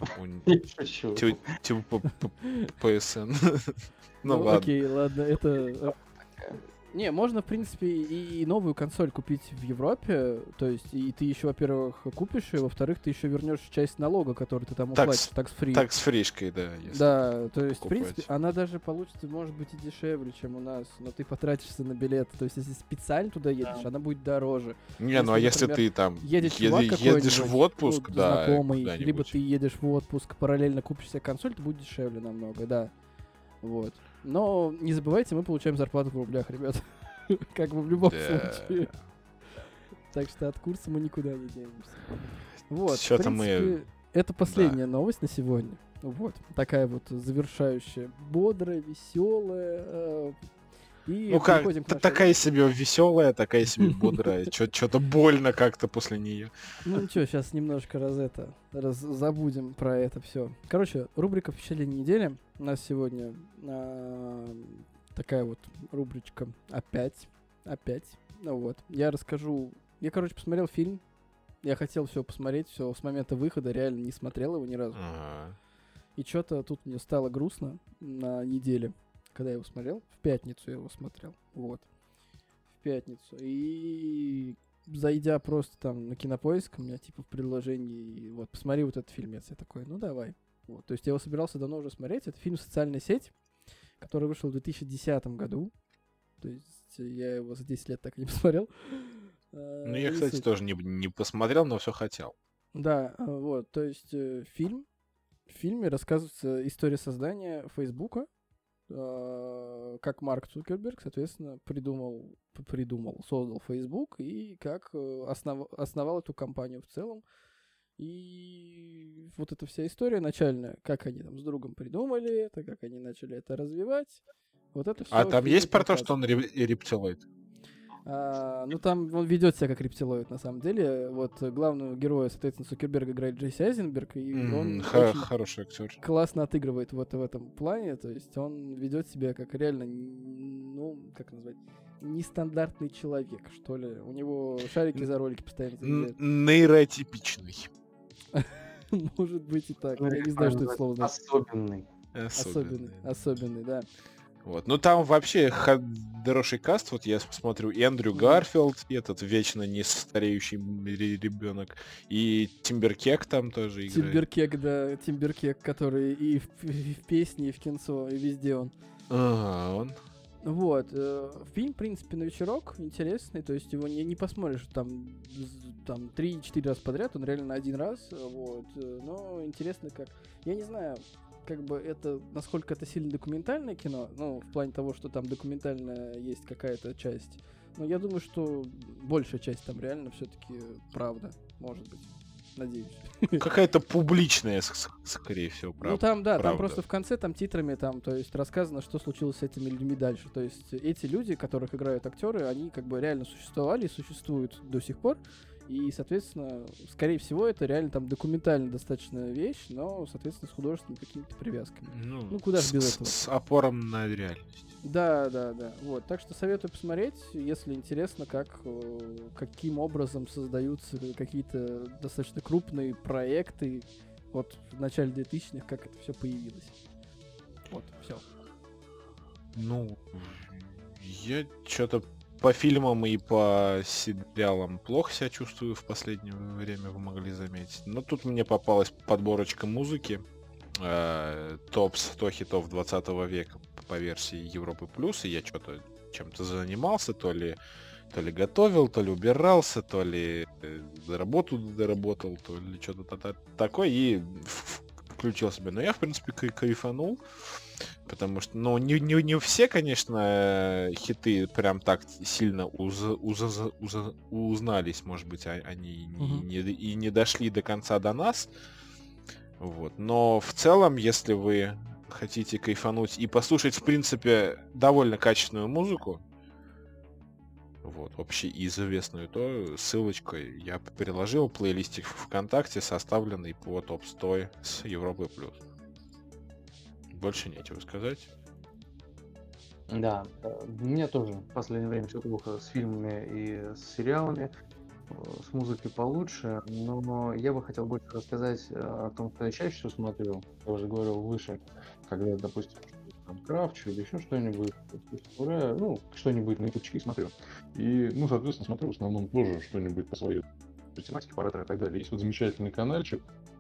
какого-нибудь Я шучу. тю- типа пэ эс эн. Ну Ну, ладно. окей, ладно, это... э, Не, можно, в принципе, и, и новую консоль купить в Европе, то есть, и ты еще, во-первых, купишь ее, во-вторых, ты еще вернешь часть налога, который ты там Так уплатишь, с- такс-фри. Так с фришкой, да. если Да, то есть, в покупать. принципе, она даже получится, может быть, и дешевле, чем у нас, но ты потратишься на билет. То есть, если специально туда едешь, Да. она будет дороже. Не, ну а если, если например, ты там Едет еди- чувак едешь какой-нибудь, в отпуск, ну, да, знакомый, куда-нибудь. либо ты едешь в отпуск, параллельно купишь себе консоль, то будет дешевле намного, да. Вот. Но не забывайте, мы получаем зарплату в рублях, ребят. Как бы в любом Да. случае. Так что от курса мы никуда не денемся. Вот, в Чё-то мы- принципе, это последняя новость на сегодня. Вот, такая вот завершающая, бодрая, веселая. И Ну как, переходим к т- нашей- такая себе веселая, такая себе бодрая. Что-то больно как-то после нее. Ну ничего, сейчас немножко раз это, раз забудем про это все. Короче, рубрика «Впечатление недели». У нас сегодня а, такая вот рубричка опять, опять. Ну вот, я расскажу. Я, короче, посмотрел фильм. Я хотел все посмотреть, все с момента выхода, реально не смотрел его ни разу. Ага. И что-то тут мне стало грустно на неделе, когда я его смотрел. В пятницу я его смотрел. Вот. В пятницу. И зайдя просто там на Кинопоиск, у меня типа в предложении, вот, посмотри вот этот фильмец. Я такой, ну давай. Вот. То есть я его собирался давно уже смотреть. Это фильм «Социальная сеть», который вышел в две тысячи десятом году. То есть я его за десять лет так и не посмотрел. А, Ну я, не кстати, суть. тоже не, не посмотрел, но все хотел. Да, а, вот, то есть э, фильм, в фильме рассказывается история создания Фейсбука, а, как Марк Цукерберг, соответственно, придумал, п- придумал, создал Facebook и как э, основ- основал эту компанию в целом. И вот эта вся история начальная, как они там с другом придумали это, как они начали это развивать. Вот это все. А там есть про то, что он реп- рептилоид? А, ну, там он ведет себя как рептилоид, на самом деле. Вот э, главного героя, соответственно, Цукерберга играет Джесси Айзенберг, и М, он х- очень Хороший актер. классно отыгрывает вот в этом плане. То есть он ведет себя как реально, н- ну, как назвать, нестандартный человек, что ли. У него шарики за ролики постоянно Н- заезжают. Нейротипичный. Может быть и так. Ну, Я или не знаю, как что это слово значит. Особенный. Особенный, особенный, да. Вот. Ну там вообще ха- хороший каст, вот я смотрю, и Эндрю Мгм. Гарфилд, и этот вечно не стареющий ребенок, и Тимберкек там тоже играет. Тимберкек, да, Тимберкек, который и в, и в песне, и в кинцо, и везде он. Ага, он. Вот, э, фильм, в принципе, на вечерок интересный, то есть его не, не посмотришь там, з- там три-четыре раза подряд, он реально на один раз, э, вот, э, но интересно как, я не знаю, как бы это, насколько это сильно документальное кино, ну, в плане того, что там документальная есть какая-то часть, но я думаю, что большая часть там реально все-таки правда, может быть, надеюсь. Какая-то публичная, с- с- скорее всего, Ну правда. там, да, там правда. просто в конце там титрами там, то есть рассказано, что случилось с этими людьми дальше. То есть эти люди, которых играют актеры, они как бы реально существовали и существуют до сих пор. И, соответственно, скорее всего, это реально там документальная достаточно вещь, но, соответственно, с художественными какими-то привязками. Ну, куда ж с- без с- этого? С опором на реальность. Да, да, да. Вот. Так что советую посмотреть, если интересно, как, э, каким образом создаются какие-то достаточно крупные проекты. Вот в начале двухтысячных, как это все появилось. Вот, все. Ну, я что-то по фильмам и по сериалам плохо себя чувствую в последнее время, вы могли заметить. Но тут мне попалась подборочка музыки. э, топ сто хитов двадцатого века по версии Европы Плюс, и я что-то чем-то занимался, то ли, то ли готовил, то ли убирался, то ли э, работу доработал, то ли что-то та- та- такое, и в- включил себе. Но я, в принципе, кай- кайфанул, потому что, ну, не, не, не все, конечно, э, хиты прям так сильно уз- уз- уз- узнались, может быть, а- они не- Мгм. не- и не дошли до конца до нас. Вот. Но в целом, если вы хотите кайфануть и послушать, в принципе, довольно качественную музыку, вот, общеизвестную, то ссылочкой я приложил плейлистик в ВКонтакте, составленный по топ сто с Европы плюс. Больше нечего сказать. Да, э, у меня тоже в последнее время все плохо с фильмами и с сериалами. э, с музыкой получше, но я бы хотел больше рассказать э, о том, что я чаще всего смотрю. Я уже говорил выше, когда, допустим, там крафчу или еще что-нибудь, то есть гуляю, ну, что-нибудь на ютубчике смотрю. И, ну, соответственно, смотрю в основном тоже что-нибудь по своей тематике, по ретро и так далее. Есть вот замечательный каналчик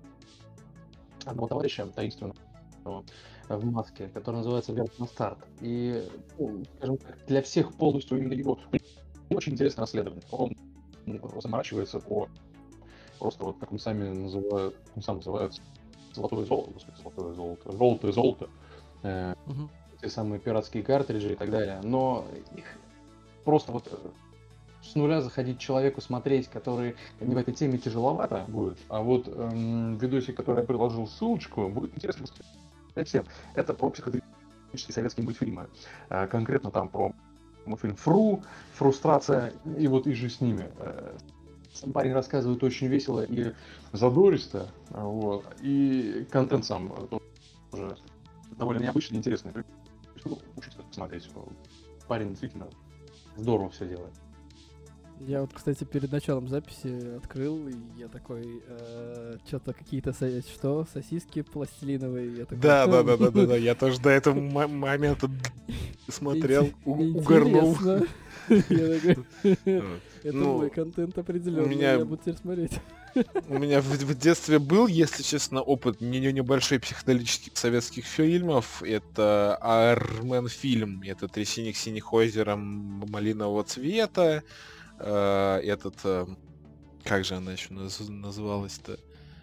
одного товарища таинственного э, в маске, который называется Верт на старт. И, ну, скажем так, для всех полностью именно его очень интересное расследование. Он м, заморачивается по просто вот, как он сами называют, он сам называет золотое золото, господи, золотое золото, золото и золото, э, Мгм. те самые пиратские картриджи и так далее. Но их просто вот э, с нуля заходить человеку смотреть, который не в этой теме, тяжеловато будет. А вот эм, видосик, который я приложил ссылочку, будет интересно посмотреть всем. Это про психоделические советские мультфильмы. А, конкретно там про мультфильм «Фру», «Фрустрация» и вот и же с ними. Э, Сам парень рассказывает очень весело и задористо. а, Вот. И контент сам э, тоже довольно необычный, интересный. Ну, учиться посмотреть. Парень действительно здорово все делает. Я вот, кстати, перед началом записи открыл, и я такой, что-то какие-то, со- что, сосиски пластилиновые, я такой, Да, да, «Хм, да, да, да, да. Я тоже до этого м- момента смотрел, у- угорнул. интересно». Я такой, Вот. это Ну, мой контент определенно, меня- я буду теперь смотреть. У меня в, в детстве был, если честно, опыт не, не- небольшой психоделических советских фильмов. Это Армен фильм. Это «Три синих синих озера м- малинового цвета». Э, этот... э, как же она еще наз- называлась-то?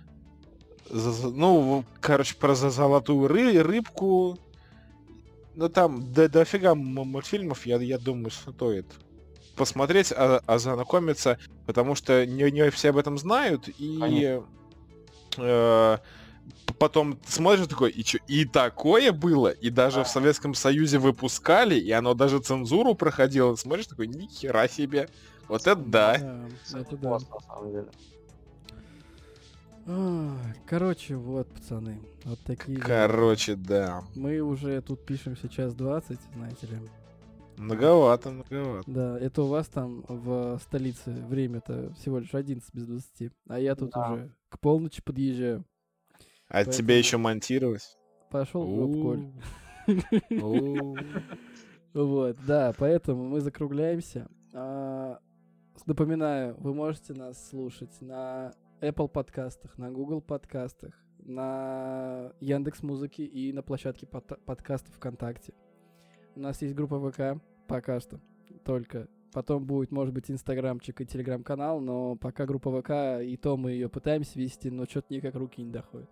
За- за- ну, короче, про за- золотую ры- рыбку. Ну, там до- дофига м- мультфильмов, я, я думаю, стоит посмотреть, а, ознакомиться, потому что не, не все об этом знают, и Конечно. э, п- потом ты смотришь такой, и чё, и такое было, и даже Да. в Советском Союзе выпускали, и оно даже цензуру проходило, смотришь такой, ни хера себе, вот это да. Да, это да. Класс, на самом деле. Ай, Короче, вот, пацаны, вот такие дела. Короче, да. Мы уже тут пишем сейчас двадцать, знаете ли. Многовато, многовато. Да, это у вас там в столице время-то всего лишь одиннадцать без двадцати, а я тут Да. уже к полночи подъезжаю. А Поэтому- тебе еще монтировать? Пошел в жопу, Коль. У-у-у. Вот, да, поэтому мы закругляемся. А, с- Напоминаю, вы можете нас слушать на Apple подкастах, на Google подкастах, на Яндекс Музыке и на площадке под- подкастов ВКонтакте. У нас есть группа ВК, пока что только. Потом будет, может быть, инстаграмчик и телеграм-канал, но пока группа ВК, и то мы ее пытаемся вести, но что-то никак руки не доходят.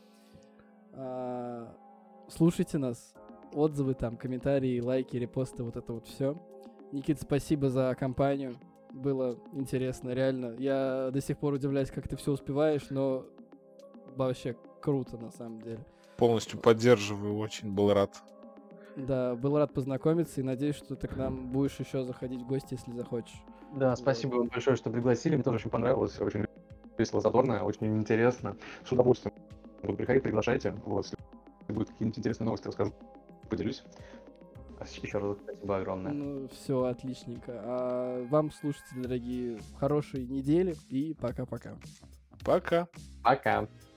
А, Слушайте нас, отзывы там, комментарии, лайки, репосты, вот это вот все. Никит, спасибо за компанию. Было интересно, реально. Я до сих пор удивляюсь, как ты все успеваешь, но вообще круто на самом деле. Полностью поддерживаю, очень был рад. Да, был рад познакомиться и надеюсь, что ты к нам будешь еще заходить в гости, если захочешь. Да, спасибо вам большое, что пригласили. Мне тоже очень понравилось. Очень весело, задорно, очень интересно. С удовольствием буду приходить, приглашайте. Вот, если будут какие-нибудь интересные новости, расскажу, поделюсь. А Еще раз спасибо огромное. Ну, все, отличненько. А вам, слушатели дорогие, хорошей недели и пока-пока. Пока. Пока.